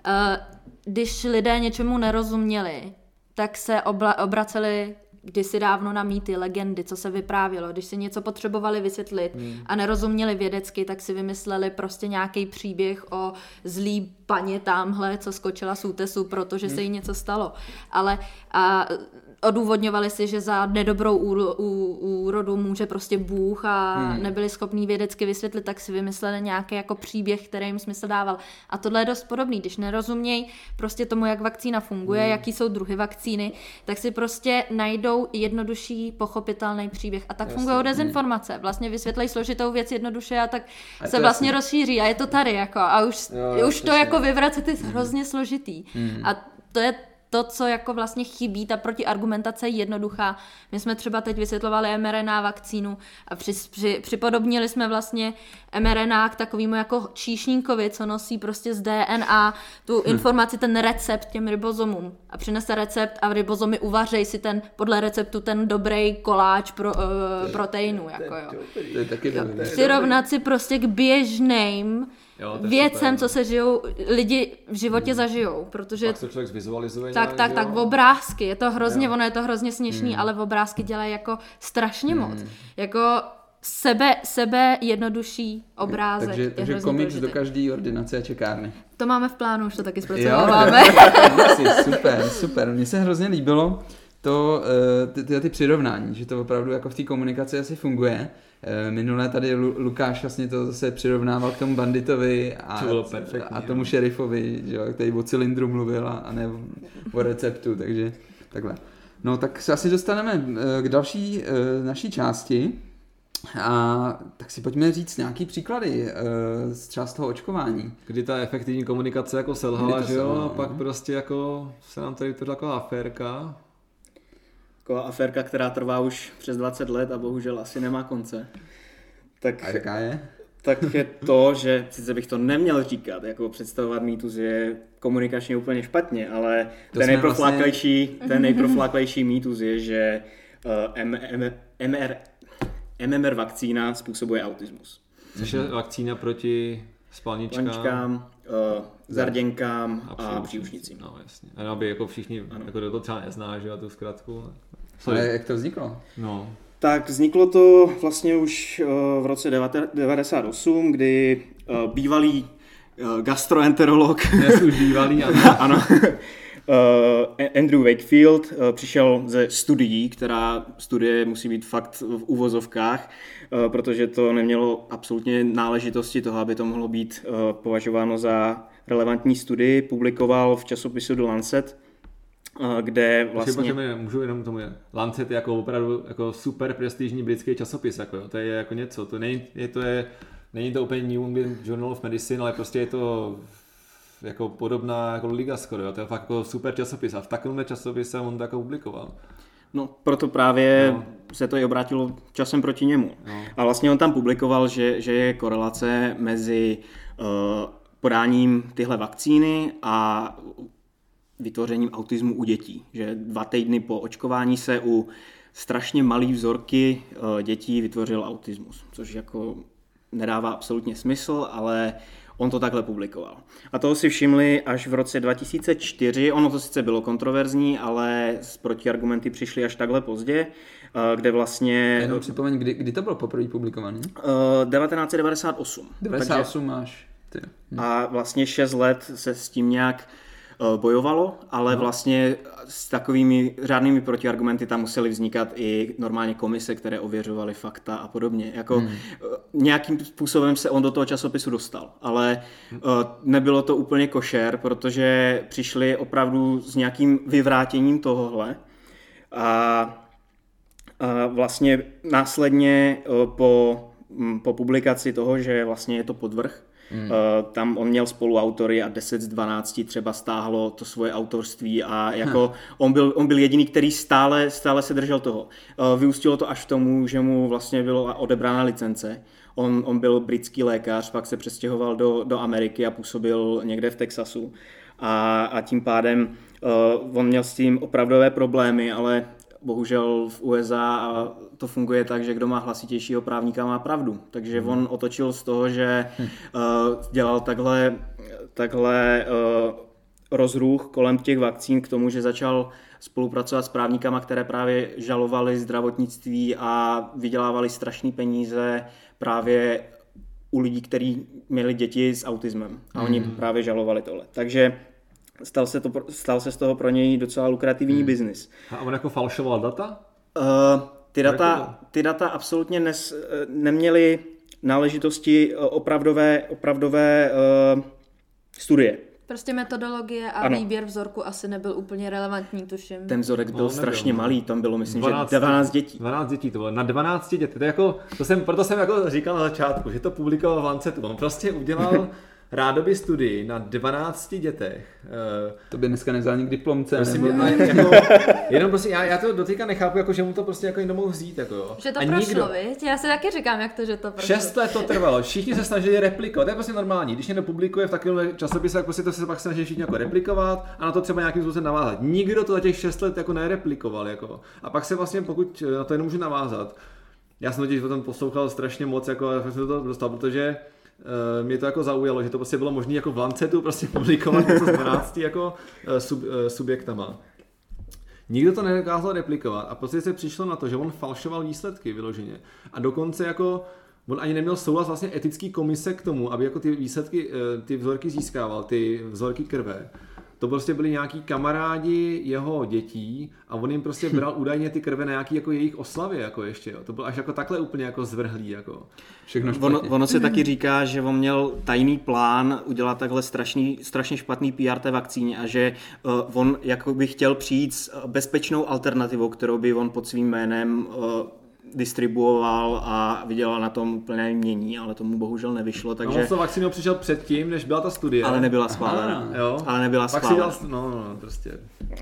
když lidé něčemu nerozuměli, tak se obraceli kdysi dávno na mýty, legendy, co se vyprávělo. Když si něco potřebovali vysvětlit a nerozuměli vědecky, tak si vymysleli prostě nějaký příběh o zlý paně tamhle, co skočila z útesu, protože se jí něco stalo. Ale odůvodňovali si, že za nedobrou úrodu může prostě Bůh a nebyli schopní vědecky vysvětlit, tak si vymysleli nějaký jako příběh, který jim smysl dával. A tohle je dost podobný. Když nerozumějí prostě tomu, jak vakcína funguje, jaký jsou druhy vakcíny, tak si prostě najdou jednodušší, pochopitelný příběh. A tak fungují dezinformace. Vlastně vysvětlejí složitou věc jednoduše a tak se vlastně rozšíří. A je to tady. Jako, a už to jako vyvracet je hrozně složitý. A to je to, co jako vlastně chybí, ta protiargumentace je jednoduchá. My jsme třeba teď vysvětlovali mRNA vakcínu a připodobnili jsme vlastně mRNA k takovému jako číšníkovi, co nosí prostě z DNA tu informaci, ten recept těm ribozomům a přinese recept a ribozomy uvařej si podle receptu ten dobrý koláč proteinů. Jako, jo. To je taky dobrý. Přirovnat si prostě k běžným věcem, co se lidi v životě zažijou, protože pak to člověk zvizualizuje tak obrázky, je to hrozně, ono je to hrozně směšný, ale obrázky dělají jako strašně moc. Jako sebe jednodušší obrázek. Takže komiks do každé ordinace a čekárny. To máme v plánu, už to taky zpracováváme. Super. Mně se hrozně líbilo ty přirovnání, že to opravdu jako v té komunikaci asi funguje. Minule tady Lukáš vlastně to zase přirovnával k tomu banditovi a tomu šerifovi, že jo, který o cylindru mluvil a ne o receptu, takže takhle. No tak se asi dostaneme k další naší části a tak si pojďme říct nějaký příklady třeba z toho očkování. Kdy ta efektivní komunikace jako selhala, že jo, a pak prostě jako se nám tady vytvořila taková aférka. Taková aférka, která trvá už přes 20 let a bohužel asi nemá konce. Tak, a jaká je? Tak je to, že sice bych to neměl říkat, jako představovat mýtus je komunikačně úplně špatně, ale ten nejprofláklejší mýtus je, že MMR vakcína způsobuje autismus. Což je vakcína proti spalničkám, zarděnkám a příušnicím. No jasně. A aby jako všichni, jako to třeba nezná, že tu zkratku. Ale jak to vzniklo? No. Tak vzniklo to vlastně už v roce 1998, kdy bývalý gastroenterolog, dnes už bývalý, ano, Andrew Wakefield přišel ze studií, studie musí být fakt v uvozovkách, protože to nemělo absolutně náležitosti toho, aby to mohlo být považováno za relevantní studii. Publikoval v časopisu The Lancet, kde vlastně... Můžu jenom tomu Lancet je jako opravdu jako super prestižní britský časopis, jako, to je jako něco, není to úplně New England Journal of Medicine, ale prostě je to jako podobná jako liga skoro, jo? To je fakt jako super časopis a v takovémhle časopise on to jako publikoval. No, proto právě se to i obrátilo časem proti němu. No. A vlastně on tam publikoval, že je korelace mezi podáním tyhle vakcíny a vytvořením autismu u dětí. Že 2 týdny po očkování se u strašně malý vzorky dětí vytvořil autismus, což jako nedává absolutně smysl, ale on to takhle publikoval. A toho si všimli až v roce 2004, ono to sice bylo kontroverzní, ale s protiargumenty přišli až takhle pozdě, kde vlastně... Jenom připomeň, kdy to bylo poprvé publikované? 1998. 98 máš. Ty. A vlastně 6 let se s tím nějak bojovalo, ale vlastně s takovými řádnými protiargumenty tam musely vznikat i normálně komise, které ověřovaly fakta a podobně. Jako nějakým způsobem se on do toho časopisu dostal, ale nebylo to úplně košer, protože přišli opravdu s nějakým vyvrátěním tohohle a vlastně následně po publikaci toho, že vlastně je to podvrh, tam on měl spoluautory a 10 z 12 třeba stáhlo to svoje autorství a jako on byl jediný, který stále se držel toho. Vyústilo to až k tomu, že mu vlastně byla odebrána licence. On byl britský lékař, pak se přestěhoval do Ameriky a působil někde v Texasu. A tím pádem on měl s tím opravdové problémy, ale bohužel v USA to funguje tak, že kdo má hlasitějšího právníka má pravdu. Takže on otočil z toho, že dělal takhle rozruch kolem těch vakcín k tomu, že začal spolupracovat s právníkama, které právě žalovali zdravotnictví a vydělávali strašné peníze právě u lidí, kteří měli děti s autismem. A oni právě žalovali tohle. Takže stal se z toho pro něj docela lukrativní biznis. A on jako falšoval data? Ty data absolutně neměly náležitosti opravdové studie. Prostě metodologie a výběr vzorku asi nebyl úplně relevantní, tuším. Ten vzorek byl strašně malý, tam bylo myslím, 12 dětí. 12 dětí to bylo, na 12 dětí. To je jako, proto jsem jako říkal na začátku, že to publikoval v Lancetu. On prostě udělal rádoby studii na 12 dětech. To by dneska nevzal nikdy diplomce. Jenom prostě, já to dotýka nechápu, jako, že mu to prostě jako někdo mohl vzít. Jako, jo. Že to prošlo, viď? Já si taky říkám, jak to, že to prošlo. 6 let to trvalo, všichni se snažili replikovat, to je prostě normální. Když někdo publikuje v takovém časopise, tak prostě to se pak snaží všichni jako replikovat a na to třeba nějakým způsobem navázat. Nikdo to za těch 6 let jako nereplikoval. Jako. A pak se vlastně, pokud na to jenom můžu navázat, já jsem totiž o tom poslouchal strašně moc, jako jsem se to dostal, protože mě to jako zaujalo, že to prostě bylo možné jako v Lancetu prostě publikovat něco s 12 jako subjektama. Nikdo to nedokázal replikovat a prostě se přišlo na to, že on falšoval výsledky vyloženě. A dokonce jako on ani neměl souhlas vlastně etický komise k tomu, aby jako ty výsledky, ty vzorky získával, ty vzorky krve. To prostě byli nějaký kamarádi jeho dětí a on jim prostě bral údajně ty krve na nějaký jako jejich oslavě jako ještě, jo. To bylo až jako takhle úplně jako zvrhlý jako. Všechno ono se taky říká, že on měl tajný plán udělat takhle strašně špatný PR té vakcíně a že on jako by chtěl přijít s bezpečnou alternativou, kterou by on pod svým jménem distribuoval a vydělal na tom plné mění, ale tomu bohužel nevyšlo, takže... On s tou vakcínou přišel předtím, než byla ta studie. Ale nebyla schválena. Ale nebyla schválena. Prostě.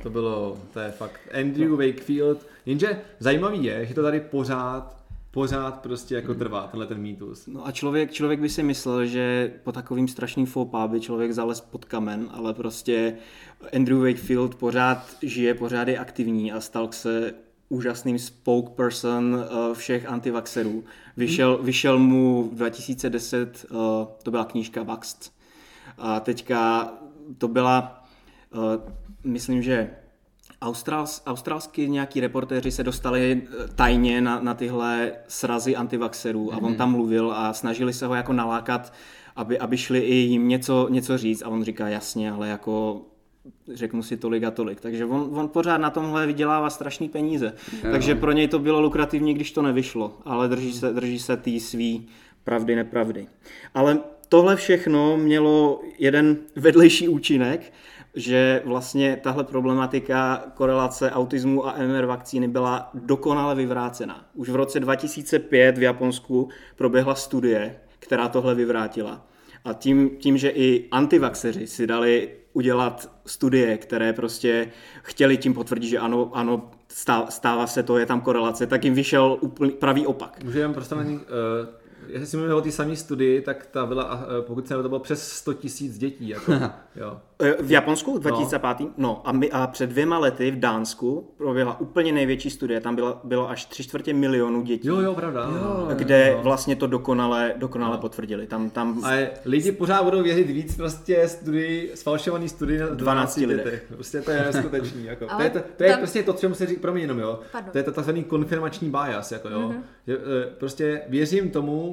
To je fakt. Andrew Wakefield. Jenže zajímavý je, že to tady pořád prostě jako trvá, tenhle ten mýtus. No a člověk by si myslel, že po takovým strašným faux pas by člověk zalez pod kamen, ale prostě Andrew Wakefield pořád žije, pořád je aktivní a stal se úžasným spokesperson všech antivaxerů. Vyšel mu v 2010, to byla knížka Vaxxed. A teďka to byla, myslím, že australský nějaký reportéři se dostali tajně na tyhle srazy antivaxerů a on tam mluvil a snažili se ho jako nalákat, aby šli i jim něco říct a on říká jasně, ale jako řeknu si tolik a tolik. Takže on pořád na tomhle vydělává strašný peníze. Takže pro něj to bylo lukrativní, když to nevyšlo, ale drží se tý svý pravdy, nepravdy. Ale tohle všechno mělo jeden vedlejší účinek, že vlastně tahle problematika korelace autismu a MMR vakcíny byla dokonale vyvrácena. Už v roce 2005 v Japonsku proběhla studie, která tohle vyvrátila. A tím, že i antivaxeři si dali udělat studie, které prostě chtěli tím potvrdit, že ano, stává se to, je tam korelace, tak jim vyšel pravý opak. Můžeme prostě jestli si mluvíme o té samé studii, tak ta byla, pokud se to bylo přes 100 000 dětí. Jako, jo. V Japonsku 2005? No a před 2 lety v Dánsku proběhla úplně největší studie, tam bylo až 3/4 milionu dětí. Jo, pravda. Kde vlastně to dokonale potvrdili. Tam... A lidi pořád budou věřit víc prostě sfalšovaný studii na 12 lidech. Prostě to je neskutečný. Jako. To je prostě to, čemu se říká, promiň jenom, jo. Pardon. To je to takzvaný konfirmační bias, jako, jo. Že, prostě věřím tomu,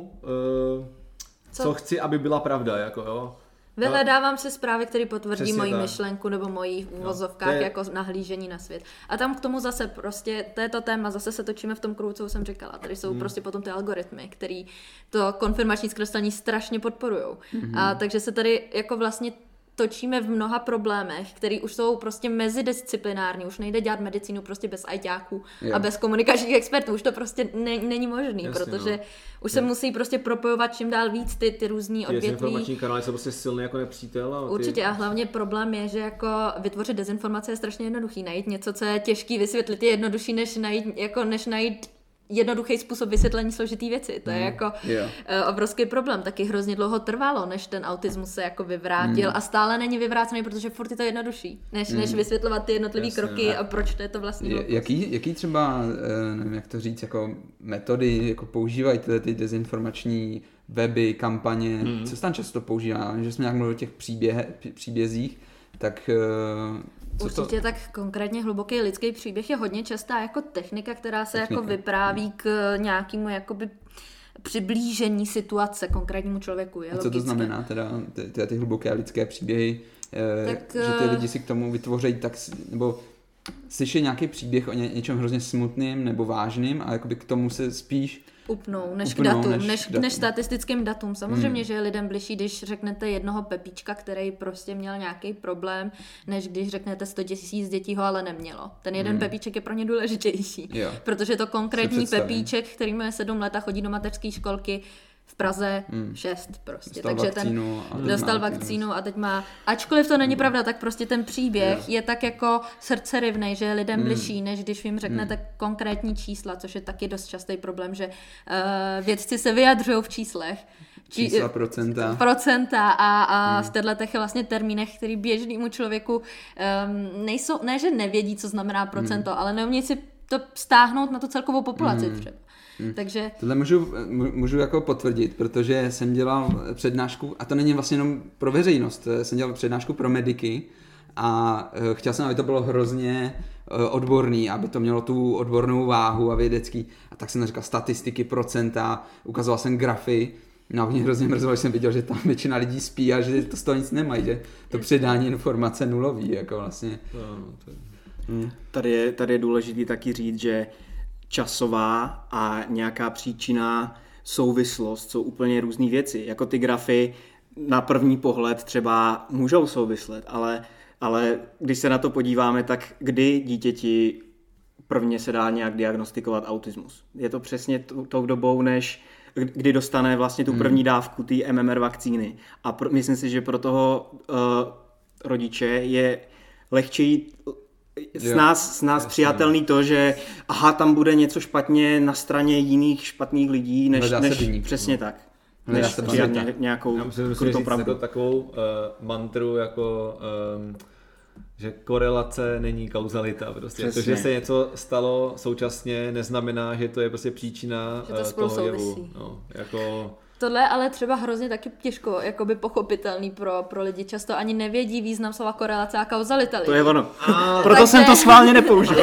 co chci, aby byla pravda, jako, jo. Vyhledávám si zprávy, které potvrdí moji myšlenku nebo mojí uvozovkách jako nahlížení na svět. A tam k tomu zase prostě, to téma, zase se točíme v tom kruhu, co už jsem říkala. Tady jsou prostě potom ty algoritmy, který to konfirmační zkreslení strašně podporujou. A takže se tady jako vlastně točíme v mnoha problémech, které už jsou prostě mezidisciplinární, už nejde dělat medicínu prostě bez ajťáků a bez komunikačních expertů, už to prostě není možný, protože už se musí prostě propojovat čím dál víc ty různý odvětví. Dezinformační kanály jsou prostě silný jako nepřítel. Určitě a hlavně problém je, že jako vytvořit dezinformace je strašně jednoduchý, najít něco, co je těžký vysvětlit, je jednodušší než najít jednoduchý způsob vysvětlení složitý věci. To je jako obrovský problém. Taky hrozně dlouho trvalo, než ten autismus se jako vyvrátil a stále není vyvrácený, protože furt je to jednodušší, než vysvětlovat ty jednotlivé kroky a proč to je to vlastně. Jaký třeba, nevím jak to říct, jako metody jako používají ty dezinformační weby, kampaně, co se tam často používá, že jsme nějak mluvili o těch příbězích, tak určitě tak konkrétně hluboký lidský příběh je hodně častá jako technika, která se jako vypráví k nějakému jakoby přiblížení situace konkrétnímu člověku. Je a co to znamená teda ty hluboké lidské příběhy, že ty lidi si k tomu vytvoří tak, nebo slyší nějaký příběh o něčem hrozně smutným nebo vážným a jakoby k tomu se spíš upnou, než k datům, než statistickým datům. Samozřejmě, že je lidem bližší, když řeknete jednoho Pepíčka, který prostě měl nějaký problém, než když řeknete 100 000 dětí ho ale nemělo. Ten jeden Pepíček je pro ně důležitější, protože to konkrétní Pepíček, který má 7 let a chodí do mateřské školky, v Praze 6 prostě. Dostal Takže vakcínu dostal vakcínu a teď má, ačkoliv to není pravda, tak prostě ten příběh je tak jako srdcerivnej, že je lidem bližší, než když jim řeknete konkrétní čísla, což je taky dost častý problém, že vědci se vyjadřují v číslech. Čísla, procenta. A v těchto vlastně termínech, který běžnému člověku nejsou, ne že nevědí, co znamená procento, ale neumí si to stáhnout na tu celkovou populaci třeba. Takže... Tohle můžu jako potvrdit, protože jsem dělal přednášku, a to není vlastně jenom pro veřejnost, jsem dělal přednášku pro mediky a chtěl jsem, aby to bylo hrozně odborný, aby to mělo tu odbornou váhu a vědecký. A tak jsem říkal statistiky, procenta, ukazoval jsem grafy. No, mě hrozně mrzelo, že jsem viděl, že tam většina lidí spí a že to z toho nic nemají, že to předání informace nulový, jako vlastně. Tady je důležitý taky říct, že časová a nějaká příčinná souvislost jsou úplně různý věci. Jako ty grafy na první pohled třeba můžou souvislet, ale když se na to podíváme, tak kdy dítěti prvně se dá nějak diagnostikovat autismus? Je to přesně tou dobou, než kdy dostane vlastně tu první dávku té MMR vakcíny. A myslím si, že pro toho rodiče je lehčí s nás přijatelný to, že tam bude něco špatně na straně jiných špatných lidí, než přesně tak. Než přijat nějakou krutou pravdu. Jako takovou mantru, jako že korelace není kauzalita. Prostě. To, že se něco stalo současně, neznamená, že to je prostě příčina toho jevu. No, jako... Tohle je ale třeba hrozně taky těžko jakoby pochopitelný pro lidi. Často ani nevědí význam slova korelace a kauzalita. To je ono. Proto jsem to schválně nepoužil.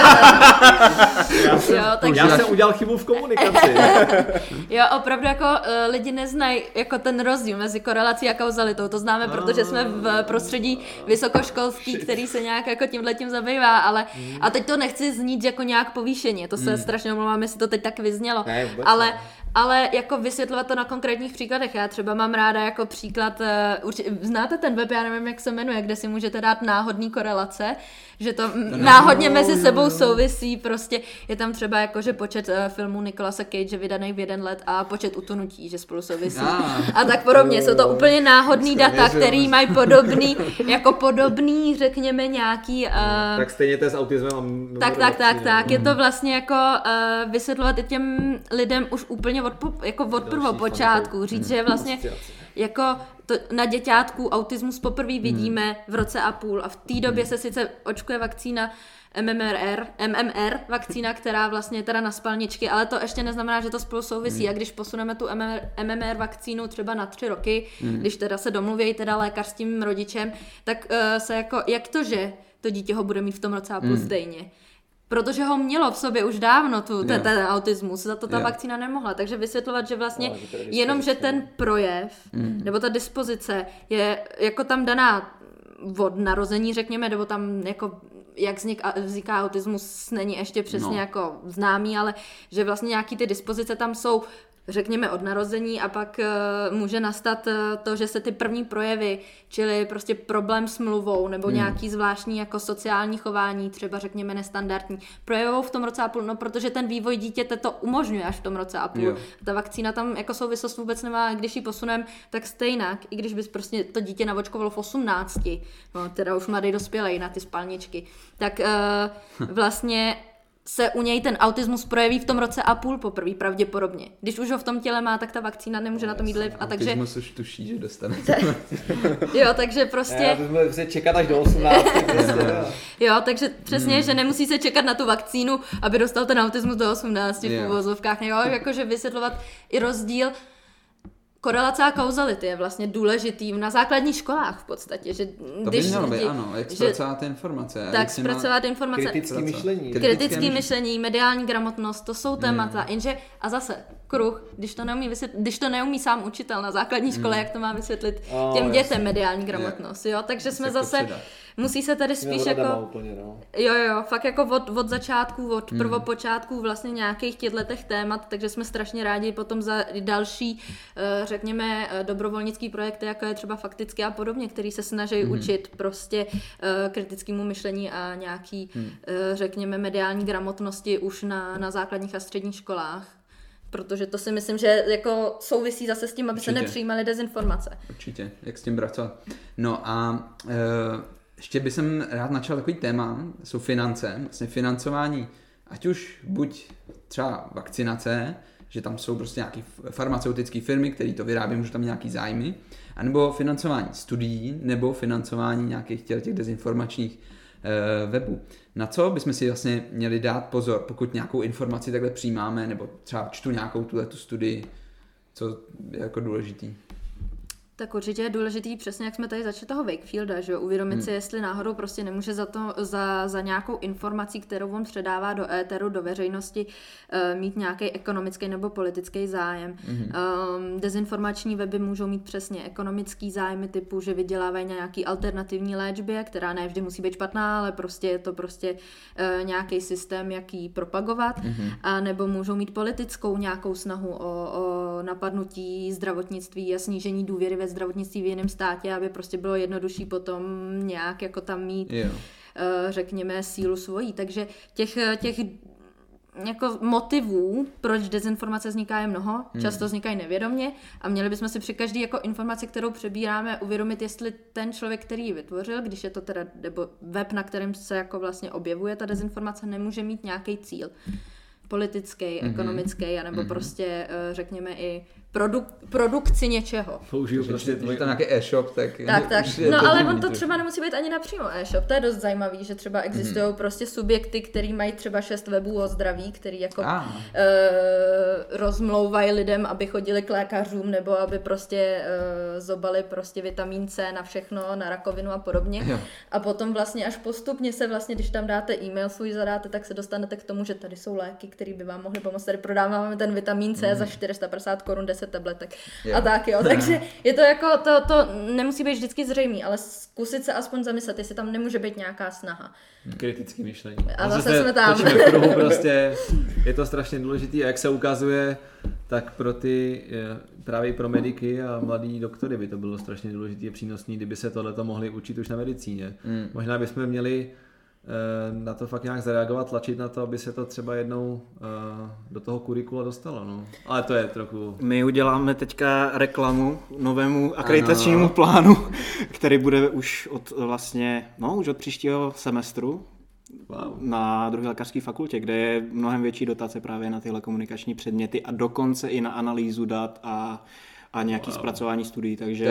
Já jsem udělal chybu v komunikaci. Jo, opravdu jako lidi neznají jako ten rozdíl mezi korelací a kauzalitou. To známe, protože jsme v prostředí vysokoškolský, který se nějak jako tímhletím zabývá, ale a teď to nechci znít jako nějak povýšeně. To se strašně omlouvám, jestli to teď tak vyznělo. Ale jako vysvětlovat to na konkrétních příkladech. Já třeba mám ráda jako příklad, znáte ten web, já nevím, jak se jmenuje, kde si můžete dát náhodný korelace, že to náhodně mezi sebou souvisí, prostě je tam třeba jako, že počet filmů Nicolasa Cage vydaných v 1 let a počet utonutí, že spolu souvisí. A tak podobně, jsou to úplně náhodný data, který mají podobný, řekněme, nějaký... Tak stejně to je s autismem. Tak, je to vlastně jako vysvětlovat i těm lidem už úplně od prvopočátku, říct, že vlastně jako to na děťátku autismus poprvé vidíme v roce a půl a v té době se sice očkuje vakcína MMR vakcína, která vlastně teda na spalničky, ale to ještě neznamená, že to spolu souvisí. A když posuneme tu MMR vakcínu třeba na 3 roky, když teda se domluví teda lékař s tím rodičem, tak se jako, jak to, že to dítě ho bude mít v tom roce a půl stejně? Protože ho mělo v sobě už dávno ten autismus, za to ta vakcína nemohla. Takže vysvětlovat, že vlastně jenom, že ten projev nebo ta dispozice je jako tam daná od narození, řekněme, nebo tam jako jak vzniká autismus, není ještě přesně jako známý, ale že vlastně nějaký ty dispozice tam jsou, řekněme, od narození a pak může nastat to, že se ty první projevy, čili prostě problém s mluvou nebo nějaký zvláštní jako sociální chování, třeba řekněme nestandardní, projevou v tom roce a půl, no protože ten vývoj dítěte to umožňuje až v tom roce a půl. Jo. Ta vakcína tam jako souvislost vůbec nemá, když ji posuneme, tak stejnak, i když bys prostě to dítě navočkovalo v 18, no teda už mladý dospělej na ty spalničky, tak vlastně se u něj ten autismus projeví v tom roce a půl poprvé, pravděpodobně. Když už ho v tom těle má, tak ta vakcína nemůže na to mít vliv. A takže... Autismus už tuší, že dostane. Jo, takže prostě... Já to jsme čekat až do 18. Jo, takže přesně, že nemusí se čekat na tu vakcínu, aby dostal ten autismus do 18 v uvozovkách. Jo, jakože vysvětlovat i rozdíl. Korelace a kauzality je vlastně důležitý na základních školách v podstatě, že to by mělo být, ano, jak zpracovat informace. Tak zpracovat informace. Kritické myšlení, mediální gramotnost, to jsou témata, jenže a zase kruh, když to neumí sám učitel na základní škole, jak to má vysvětlit těm dětem mediální gramotnost, jo, takže jsme zase musí se tady spíš jako úplně, no. Jo, fakt jako od začátku, od prvopočátku vlastně nějakých těchto témat, takže jsme strašně rádi potom za další, řekněme, dobrovolnický projekty, jako je třeba Fakticky a podobně, který se snaží učit prostě kritickému myšlení a nějaký, řekněme, mediální gramotnosti už na základních a středních školách. Protože to si myslím, že jako souvisí zase s tím, aby se nepřijímaly dezinformace. Určitě, jak s tím pracovat. No a ještě bych rád načal takový téma, jsou finance, vlastně financování, ať už buď třeba vakcinace, že tam jsou prostě nějaké farmaceutické firmy, které to vyrábí, můžou tam nějaký zájmy, anebo financování studií, nebo financování nějakých těch dezinformačních webů. Na co bychom si vlastně měli dát pozor, pokud nějakou informaci takhle přijímáme, nebo třeba čtu nějakou tu studii, co je jako důležitý? Tak určitě je důležitý, přesně jak jsme tady začali toho Wakefielda, že uvědomit si, jestli náhodou prostě nemůže za nějakou informací, kterou on předává do éteru, do veřejnosti, mít nějaký ekonomický nebo politický zájem. Dezinformační weby můžou mít přesně ekonomický zájmy typu, že vydělávají nějaký alternativní léčbě, která ne vždy musí být špatná, ale prostě je to prostě nějaký systém, jak ji propagovat, a nebo můžou mít politickou nějakou snahu o napadnutí zdravotnictví a snížení důvěry ve zdravotnictví v jiném státě, aby prostě bylo jednodušší potom nějak jako tam mít, řekněme, sílu svojí. Takže těch jako motivů, proč dezinformace vzniká, je mnoho, často vznikají nevědomě a měli bychom si při každý jako informaci, kterou přebíráme, uvědomit, jestli ten člověk, který ji vytvořil, když je to teda nebo web, na kterém se jako vlastně objevuje ta dezinformace, nemůže mít nějaký cíl politický, ekonomický, anebo prostě, řekněme, i produkci něčeho. Použiju prostě tam nějaký e-shop, tak. No ale on to třeba nemusí být ani napřímo e-shop. To je dost zajímavý, že třeba existují prostě subjekty, který mají třeba 6 webů o zdraví, který jako rozmlouvají lidem, aby chodili k lékařům, nebo aby prostě zobali prostě vitamin C na všechno, na rakovinu a podobně. Jo. A potom vlastně až postupně se vlastně, když tam dáte e-mail svůj zadáte, tak se dostanete k tomu, že tady jsou léky, které by vám mohly pomoct. Tady prodáváme ten vitamin C za 450 korun 10 tabletek. A tak jo. Takže je to jako, to nemusí být vždycky zřejmý, ale zkusit se aspoň zamyslet, jestli tam nemůže být nějaká snaha. Kritické myšlení. A zase jsme tam. Prostě je to strašně důležitý a jak se ukazuje, tak pro ty, právě pro mediky a mladý doktory by to bylo strašně důležité a přínosné, kdyby se tohleto mohli učit už na medicíně. Možná bychom měli na to fakt nějak zareagovat, tlačit na to, aby se to třeba jednou do toho kurikula dostalo. No. Ale to je trochu... My uděláme teďka reklamu novému akreditačnímu plánu, který bude už už od příštího semestru. Wow. Na druhé lékařské fakultě, kde je mnohem větší dotace právě na tyhle komunikační předměty a dokonce i na analýzu dat a nějaké zpracování studií, takže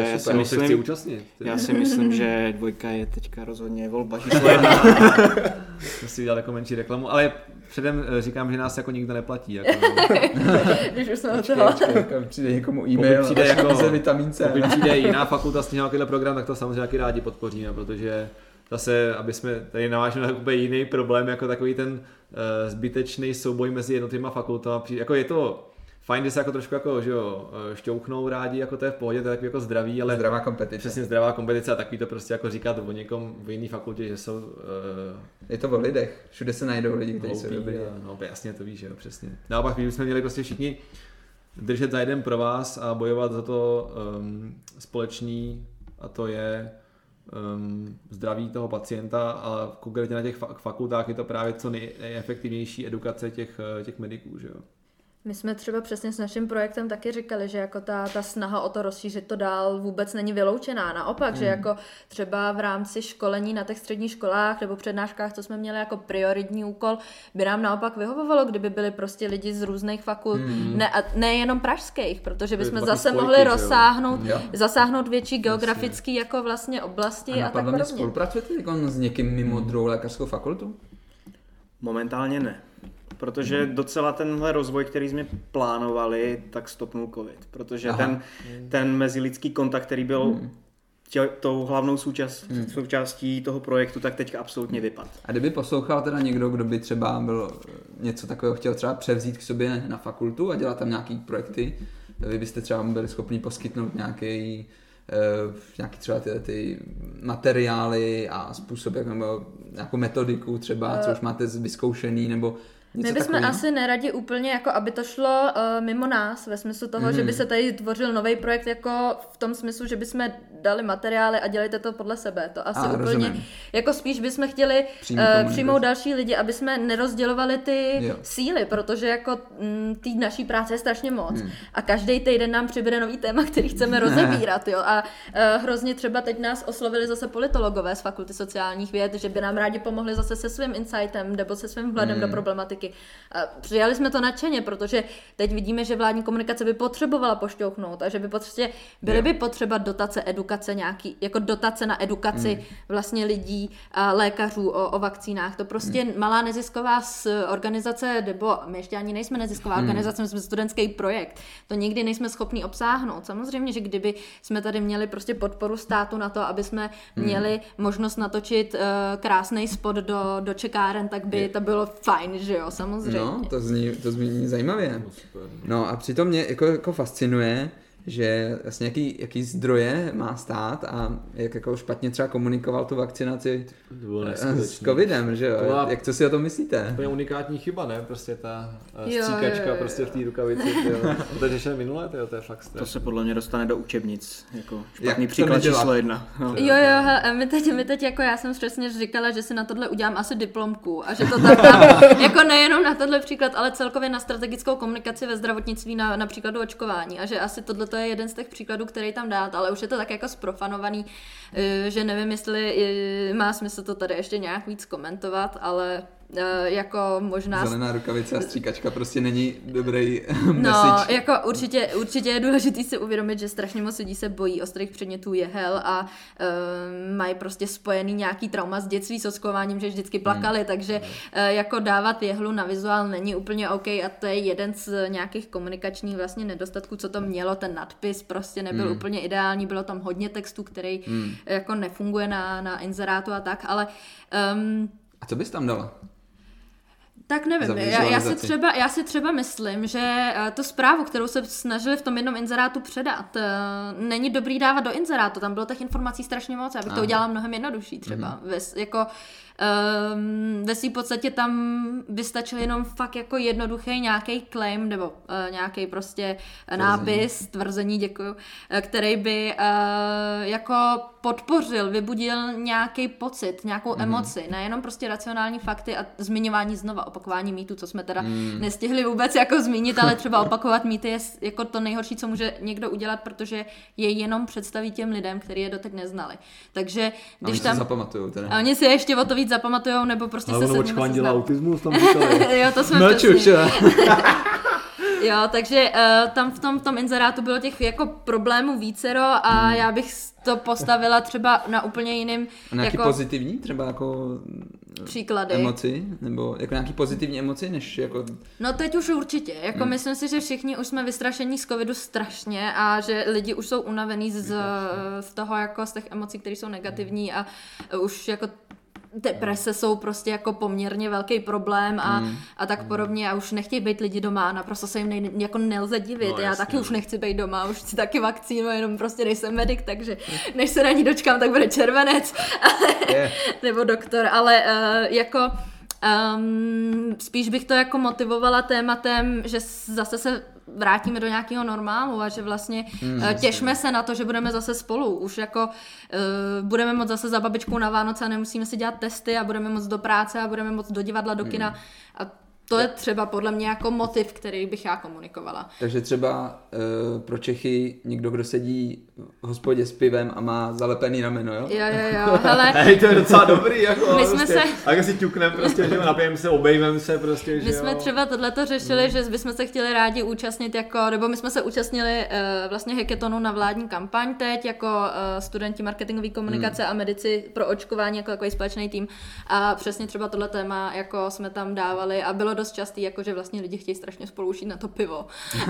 já si myslím, že 2 je teďka rozhodně volba číslo 1. To si udělal jako menší reklamu, ale předem říkám, že nás jako nikdo neplatí. Jako... Když už jsme od toho. Přijde někomu e-mail, přijde jako vitamin C. Pokud přijde jiná fakulta s nějakýhle program, tak to samozřejmě taky rádi podpoříme, protože zase, aby jsme tady navážili na úplně jiný problém, jako takový ten zbytečný souboj mezi jednotlivými fakultami. Jako je to fajn, že se jako trošku jako, že jo, šťouchnou rádi, jako to je v pohodě, to je takový jako zdravý, ale zdravá kompetice. Přesně zdravá kompetice a takový to prostě jako říkat o někom v jiné fakultě, že jsou... Je to o lidech, všude se najdou lidi, kteří jsou dobrý. No jasně, to víš, že jo, přesně. Naopak bychom měli prostě všichni držet za jeden pro vás a bojovat za to společný, a to je zdraví toho pacienta, a konkrétně na těch fakultách je to právě co nejefektivnější edukace těch mediků, že jo. My jsme třeba přesně s naším projektem taky říkali, že jako ta snaha o to rozšířit to dál vůbec není vyloučená. Naopak, že jako třeba v rámci školení na těch středních školách nebo přednáškách, co jsme měli jako prioritní úkol, by nám naopak vyhovovalo, kdyby byli prostě lidi z různých fakult, nejenom pražských, protože bychom zase mohli zasáhnout větší geografický jako vlastně oblasti a tak podobně. Spolupracujete s někým mimo druhou lékařskou fakultu? Momentálně ne. Protože docela tenhle rozvoj, který jsme plánovali, tak stopnul covid. Protože ten mezilidský kontakt, který byl tou hlavnou součástí toho projektu, tak teďka absolutně vypadl. A kdyby poslouchal teda někdo, kdo by třeba byl něco takového chtěl třeba převzít k sobě na fakultu a dělat tam nějaký projekty, vy byste třeba byli schopni poskytnout nějaký třeba ty materiály a způsob, nebo nějakou metodiku třeba, co už máte vyzkoušený, nebo My bychom asi neradi úplně, jako aby to šlo mimo nás, ve smyslu toho, že by se tady tvořil nový projekt, jako v tom smyslu, že bychom dali materiály a dělejte to podle sebe. To asi úplně, rozumím. Jako spíš bychom chtěli přijmout další lidi, aby jsme nerozdělovali ty síly, protože jako té naší práce je strašně moc. A každý týden nám přibude nový téma, který chceme rozebírat. Jo? A hrozně třeba teď nás oslovili zase politologové z Fakulty sociálních věd, že by nám rádi pomohli zase se svým insightem nebo se svým vhledem do problematiky. A přijali jsme to nadšeně, protože teď vidíme, že vládní komunikace by potřebovala pošťouchnout a že by byly by potřeba dotace edukace nějaký, jako dotace na edukaci vlastně lidí a lékařů o vakcínách. To prostě malá nezisková organizace, nebo my ještě ani nejsme nezisková organizace, my jsme studentský projekt. To nikdy nejsme schopni obsáhnout. Samozřejmě, že kdyby jsme tady měli prostě podporu státu na to, aby jsme měli možnost natočit krásný spot do čekáren, tak by to bylo fajn, že jo, samozřejmě. No, to zní zajímavě. No a přitom mě jako fascinuje, že vlastně jaký zdroje má stát a jak jako špatně třeba komunikoval tu vakcinaci s covidem, že jo? Jak to si o tom myslíte? To je unikátní chyba, ne? Prostě ta stříkačka prostě v té rukavici, to je řešené minulé, to je fakt strašné. To se podle mě dostane do učebnic, jako špatný příklad číslo 1. No. Jo, my teď jako já jsem přesně říkala, že si na tohle udělám asi diplomku a že to tam jako nejenom na tohle příklad, ale celkově na strategickou komunikaci ve zdravotnictví na příkladu očkování a že asi tohle to je jeden z těch příkladů, který tam dát, ale už je to tak jako zprofanovaný, že nevím, jestli má smysl to tady ještě nějak víc komentovat, ale jako možná... Zelená rukavice a stříkačka prostě není dobrý message. No, jako určitě je důležitý si uvědomit, že strašně moc lidí se bojí ostrých předmětů jehel a mají prostě spojený nějaký trauma z dětství s očkováním, že vždycky plakali, takže jako dávat jehlu na vizuál není úplně OK a to je jeden z nějakých komunikačních vlastně nedostatků, co to mělo, ten nadpis prostě nebyl úplně ideální, bylo tam hodně textů, který jako nefunguje na inzerátu a tak, ale... A co bys tam dala? Tak nevím, já si třeba myslím, že tu zprávu, kterou se snažili v tom jednom inzerátu předat, není dobrý dávat do inzerátu, tam bylo těch informací strašně moc, já bych to udělala mnohem jednodušší třeba, ve svým podstatě tam by stačil jenom fakt jako jednoduchý nějaký claim nebo nějaký prostě nápis, tvrzení, děkuju, který by jako podpořil, vybudil nějaký pocit, nějakou emoci, nejenom prostě racionální fakty a zmiňování znova, opakování mýtů, co jsme teda nestihli vůbec jako zmínit, ale třeba opakovat mýty je jako to nejhorší, co může někdo udělat, protože je jenom představí těm lidem, kteří je doteď neznali. Takže když tam... A oni si ještě o to víc zapamatujou, nebo prostě se sedneme očkování dělá autismus, tam říkali. Jo, to jsme přesně. Jo, takže tam v tom inzerátu bylo těch jako problémů vícero a já bych to postavila třeba na úplně jiným... A nějaký jako pozitivní třeba jako příklady. Emoci? Nebo jako nějaký pozitivní emoci, než jako... No teď už určitě. Jako myslím si, že všichni už jsme vystrašení z covidu strašně a že lidi už jsou unavený z toho jako z těch emocí, které jsou negativní a už jako deprese jsou prostě jako poměrně velký problém a tak podobně a už nechtějí být lidi doma, naprosto se jim jako nelze divit, já taky už nechci být doma, už chci taky vakcínu, jenom prostě nejsem medic, takže než se na ní dočkám, tak bude červenec nebo doktor, ale jako spíš bych to jako motivovala tématem, že zase se vrátíme do nějakého normálu a že vlastně těšme se na to, že budeme zase spolu. Už jako budeme moct zase za babičkou na Vánoce a nemusíme si dělat testy a budeme moct do práce a budeme moct do divadla, do kina a to je třeba podle mě jako motiv, který bych já komunikovala. Takže třeba pro Čechy někdo, kdo sedí v hospodě s pivem a má zalepený rameno, jo? Jo, hele. Hej, to je docela dobrý, jako my jsme prostě, a jak si ťuknem prostě, že napijeme se, obejmeme se prostě, že my jsme třeba tohleto řešili, že bychom se chtěli rádi účastnit jako, nebo my jsme se účastnili vlastně hackathonu na vládní kampaň teď, jako studenti marketingové komunikace a medici pro očkování, jako takový společný tým a přesně třeba tohle téma, jako jsme tam dávali a bylo dost častý, jako že vlastně lidi chtějí strašně spolu ušít na to pivo.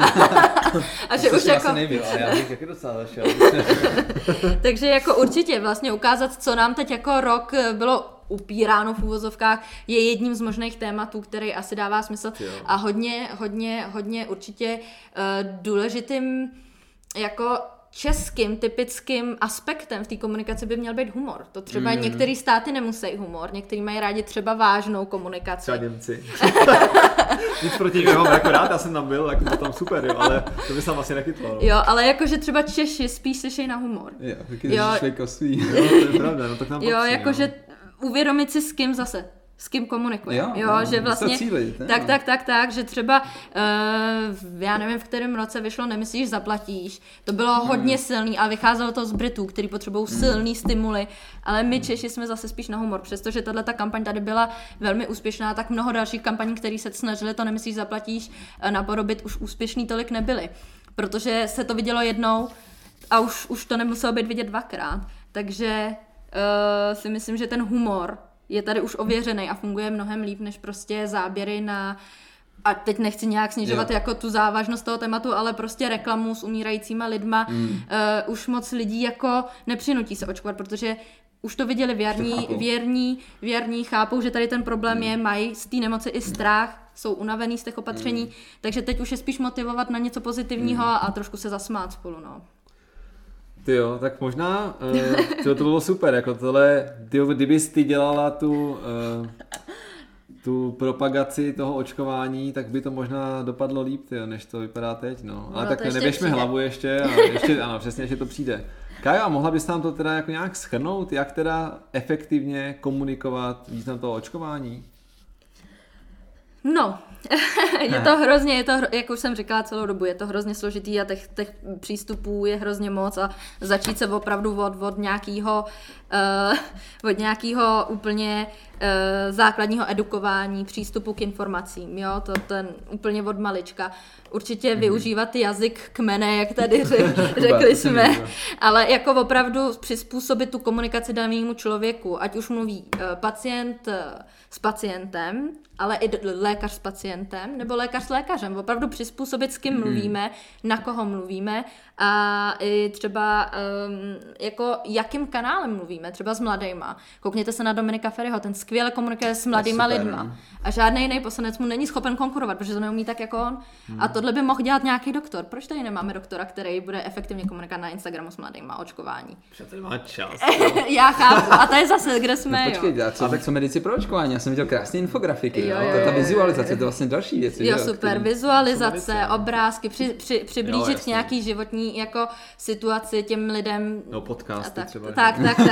A že už jako... Nebyl, ale já bych taky docela zašel. Takže jako určitě vlastně ukázat, co nám teď jako rok bylo upíráno v úvozovkách, je jedním z možných tématů, který asi dává smysl a hodně určitě důležitým jako českým typickým aspektem v té komunikaci by měl být humor. To třeba některé státy nemusí humor, někteří mají rádi třeba vážnou komunikaci. Třeba Němci. Nic proti němu, mám jako rád, já jsem tam byl, tak to tam super, jo, ale to by jsem asi nechytlo. Jo, ale jakože třeba Češi spíš slyšejí na humor. Jo, taky nežišli kosví. Jo, to je pravda, no tak nám patří, Jo, jakože uvědomit si s kým komunikuje. Jo, že vlastně tak, že třeba já nevím, v kterém roce vyšlo Nemyslíš, zaplatíš. To bylo hodně silný a vycházelo to z Britů, kteří potřebují silný stimuly, ale my Češi jsme zase spíš na humor, přestože tato kampaň tady byla velmi úspěšná, tak mnoho dalších kampaní, které se snažili to Nemyslíš, zaplatíš napodobit, už úspěšný tolik nebyly, protože se to vidělo jednou a už to nemuselo být vidět dvakrát. Takže si myslím, že ten humor je tady už ověřený a funguje mnohem líp, než prostě záběry na, a teď nechci nějak snižovat jako tu závažnost toho tématu, ale prostě reklamu s umírajícíma lidma. Už moc lidí jako nepřinutí se očkovat, protože už to viděli věrní, chápou, že tady ten problém je, mají z té nemoci i strach, jsou unavený z těch opatření, takže teď už je spíš motivovat na něco pozitivního a trošku se zasmát spolu, no. Tyjo, tak možná, to bylo super, jako tohle, kdybys ty dělala tu propagaci toho očkování, tak by to možná dopadlo líp, tyjo, než to vypadá teď, no. Ale tak neběžme hlavu ještě, a ještě, ano, přesně, ještě to přijde. Kájo, a mohla bys nám to teda jako nějak shrnout, jak teda efektivně komunikovat význam toho očkování? No, je to hrozně, jak už jsem říkala celou dobu, je to hrozně složitý a těch přístupů je hrozně moc a začít se opravdu od nějakého úplně základního edukování, přístupu k informacím, jo, to ten úplně od malička. Určitě využívat jazyk kmene, jak tady řekli jsme, ale jako opravdu přizpůsobit tu komunikaci danému člověku, ať už mluví pacient s pacientem, ale i lékař s pacientem, nebo lékař s lékařem. Opravdu přizpůsobit, s kým mluvíme, na koho mluvíme a i třeba jako jakým kanálem mluvíme, třeba s mladejma. Koukněte se na Dominika Feriho, ten skvěle komunikuje s mladýma lidma. A žádný jiný poslanec mu není schopen konkurovat, protože to neumí tak jako on. A tohle by mohl dělat nějaký doktor. Proč tady nemáme doktora, který bude efektivně komunikovat na Instagramu s mladýma očkování? Protože má čas. Já chápu. A to je zase, kde jsme, no, počkej, co medici pro očkování? Já jsem viděl krásné infografiky. Ta vizualizace, to je vlastně další věc. Jo, super, vizualizace, obrázky, přiblížit k nějaký životní jako situaci těm lidem. No, podcasty třeba. Tak.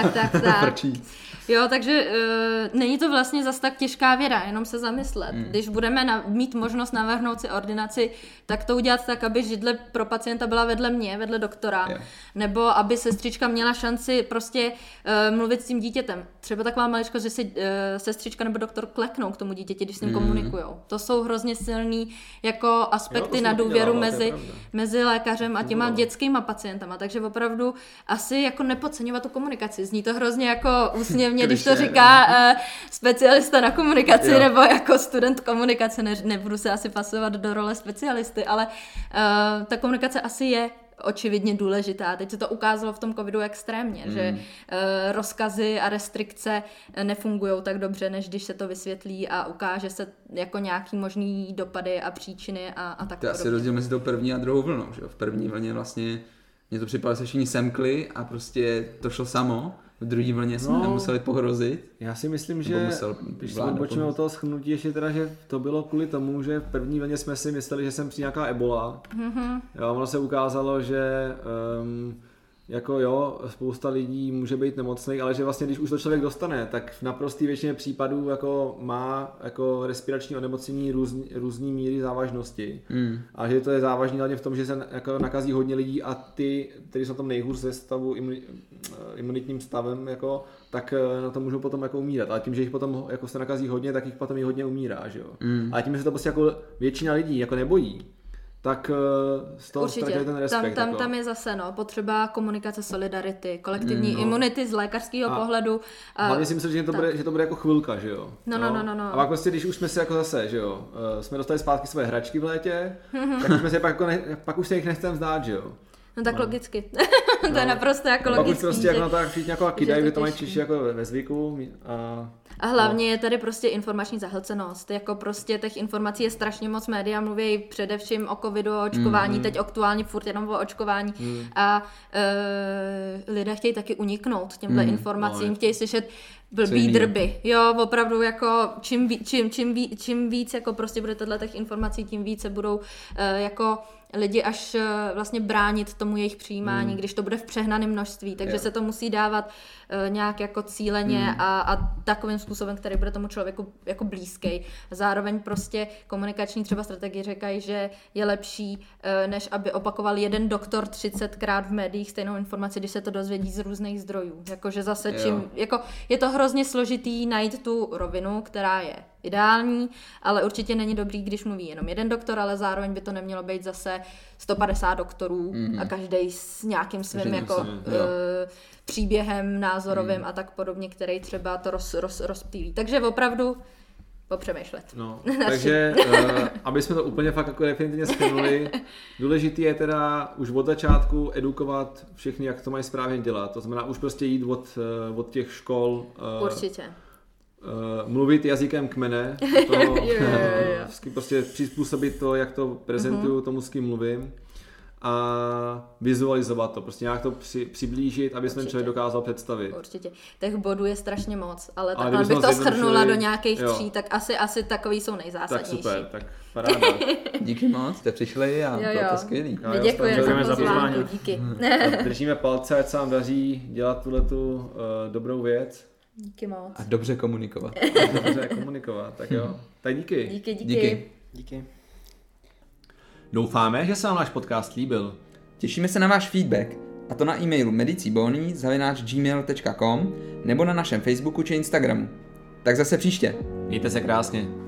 Jo, takže není to vlastně zas tak těžká věda, jenom se zamyslet. Když budeme mít možnost navrhnout si ordinaci, tak to udělat tak, aby židle pro pacienta byla vedle mě, vedle doktora, nebo aby sestřička měla šanci prostě mluvit s tím dítětem. Třeba taková maličkost, že si sestřička nebo doktor kleknou k tomu dítěti, když s ním komunikujou. To jsou hrozně silný jako aspekty na důvěru mezi lékařem a těma dětskýma pacientama, takže opravdu asi jako nepodceňovat tu komunikaci. Zní to hrozně jako úsměvně, když to říká specialista na komunikaci nebo jako student komunikace, nebudu se asi pasovat do role specialisty, ale ta komunikace asi je očividně důležitá. Teď se to ukázalo v tom covidu extrémně, že rozkazy a restrikce nefungují tak dobře, než když se to vysvětlí a ukáže se jako nějaký možný dopady a příčiny a tak podobně. To je asi rozdíl mezi tou první a druhou vlnou, že jo? V první vlně vlastně mně to připadalo, že se všichni semkli a prostě to šlo samo. V druhé vlně jsme nemuseli pohrozit. Já si myslím, že když se odbočíme od toho shrnutí, ještě teda, že to bylo kvůli tomu, že v první vlně jsme si mysleli, že sem přijde nějaká ebola. Jo, ono se ukázalo, že jako jo, spousta lidí může být nemocných, ale že vlastně, když už to člověk dostane, tak v naprosté většině případů jako má jako respirační onemocnění různý míry závažnosti. A že to je závažný hlavně v tom, že se jako nakazí hodně lidí a ty, kteří jsou tam nejhůř ze stavu imunitním stavem, jako, tak na to můžou potom jako umírat. A tím, že jich potom jako se nakazí hodně, tak jich potom i hodně umírá, že jo. A tím, že se to prostě jako většina lidí jako nebojí, tak z toho ztratili ten respekt. Tam je zase potřeba komunikace, solidarity, kolektivní imunity z lékařského pohledu. Hlavně si myslím, že to bude jako chvilka, že jo. No. A pak prostě, když už jsme si jako zase, že jo, jsme dostali zpátky svoje hračky v létě, tak už jsme si pak už se jich nechceme vzdát, že jo. No tak logicky. To je naprosto jako Pak logický. už prostě jak na to všichni jako kidají, to že to mají těžší. Češi jako ve zvyku. A hlavně je tady prostě informační zahlcenost. Jako prostě těch informací je strašně moc, média mluví především o covidu, o očkování, teď aktuálně furt jenom o očkování. A lidé chtějí taky uniknout těmhle informacím, chtějí slyšet blbý drby. Jo, opravdu jako čím víc jako prostě bude těch informací, tím více budou jako lidi až vlastně bránit tomu jejich přijímání, když to bude v přehnaném množství, takže se to musí dávat nějak jako cíleně a takovým způsobem, který bude tomu člověku jako blízký. Zároveň prostě komunikační třeba strategie říkají, že je lepší, než aby opakoval jeden doktor 30krát v médiích stejnou informaci, když se to dozvědí z různých zdrojů. Jakože zase jako je to hrozně složitý najít tu rovinu, která je ideální, ale určitě není dobrý, když mluví jenom jeden doktor, ale zároveň by to nemělo být zase 150 doktorů a každý s nějakým svým jako příběhem názorovým a tak podobně, který třeba to rozptýlí. Takže opravdu popřemýšlet. No, takže, aby jsme to úplně fakt jako definitivně shrnuli, důležitý je teda už od začátku edukovat všechny, jak to mají správně dělat. To znamená už prostě jít od těch škol. Určitě. Mluvit jazykem kmene, prostě přizpůsobit to, jak to prezentuju tomu, s kým mluvím a vizualizovat to, prostě nějak to přiblížit, aby se ten člověk dokázal představit. Určitě. Těch bodů je strašně moc, ale takhle bych to shrnula do nějakých 3, tak asi takový jsou nejzásadnější. Tak super, tak paráda. Díky moc, jste přišli a bylo to skvělý. Děkujeme za pozvání. Díky. Držíme palce, ať se vám daří dělat tuhletu dobrou věc. Díky moc. A dobře komunikovat. Tak jo. Tak díky. Díky. Doufáme, že se vám náš podcast líbil. Těšíme se na váš feedback, a to na e-mailu medicibony@gmail.com nebo na našem Facebooku či Instagramu. Tak zase příště. Mějte se krásně.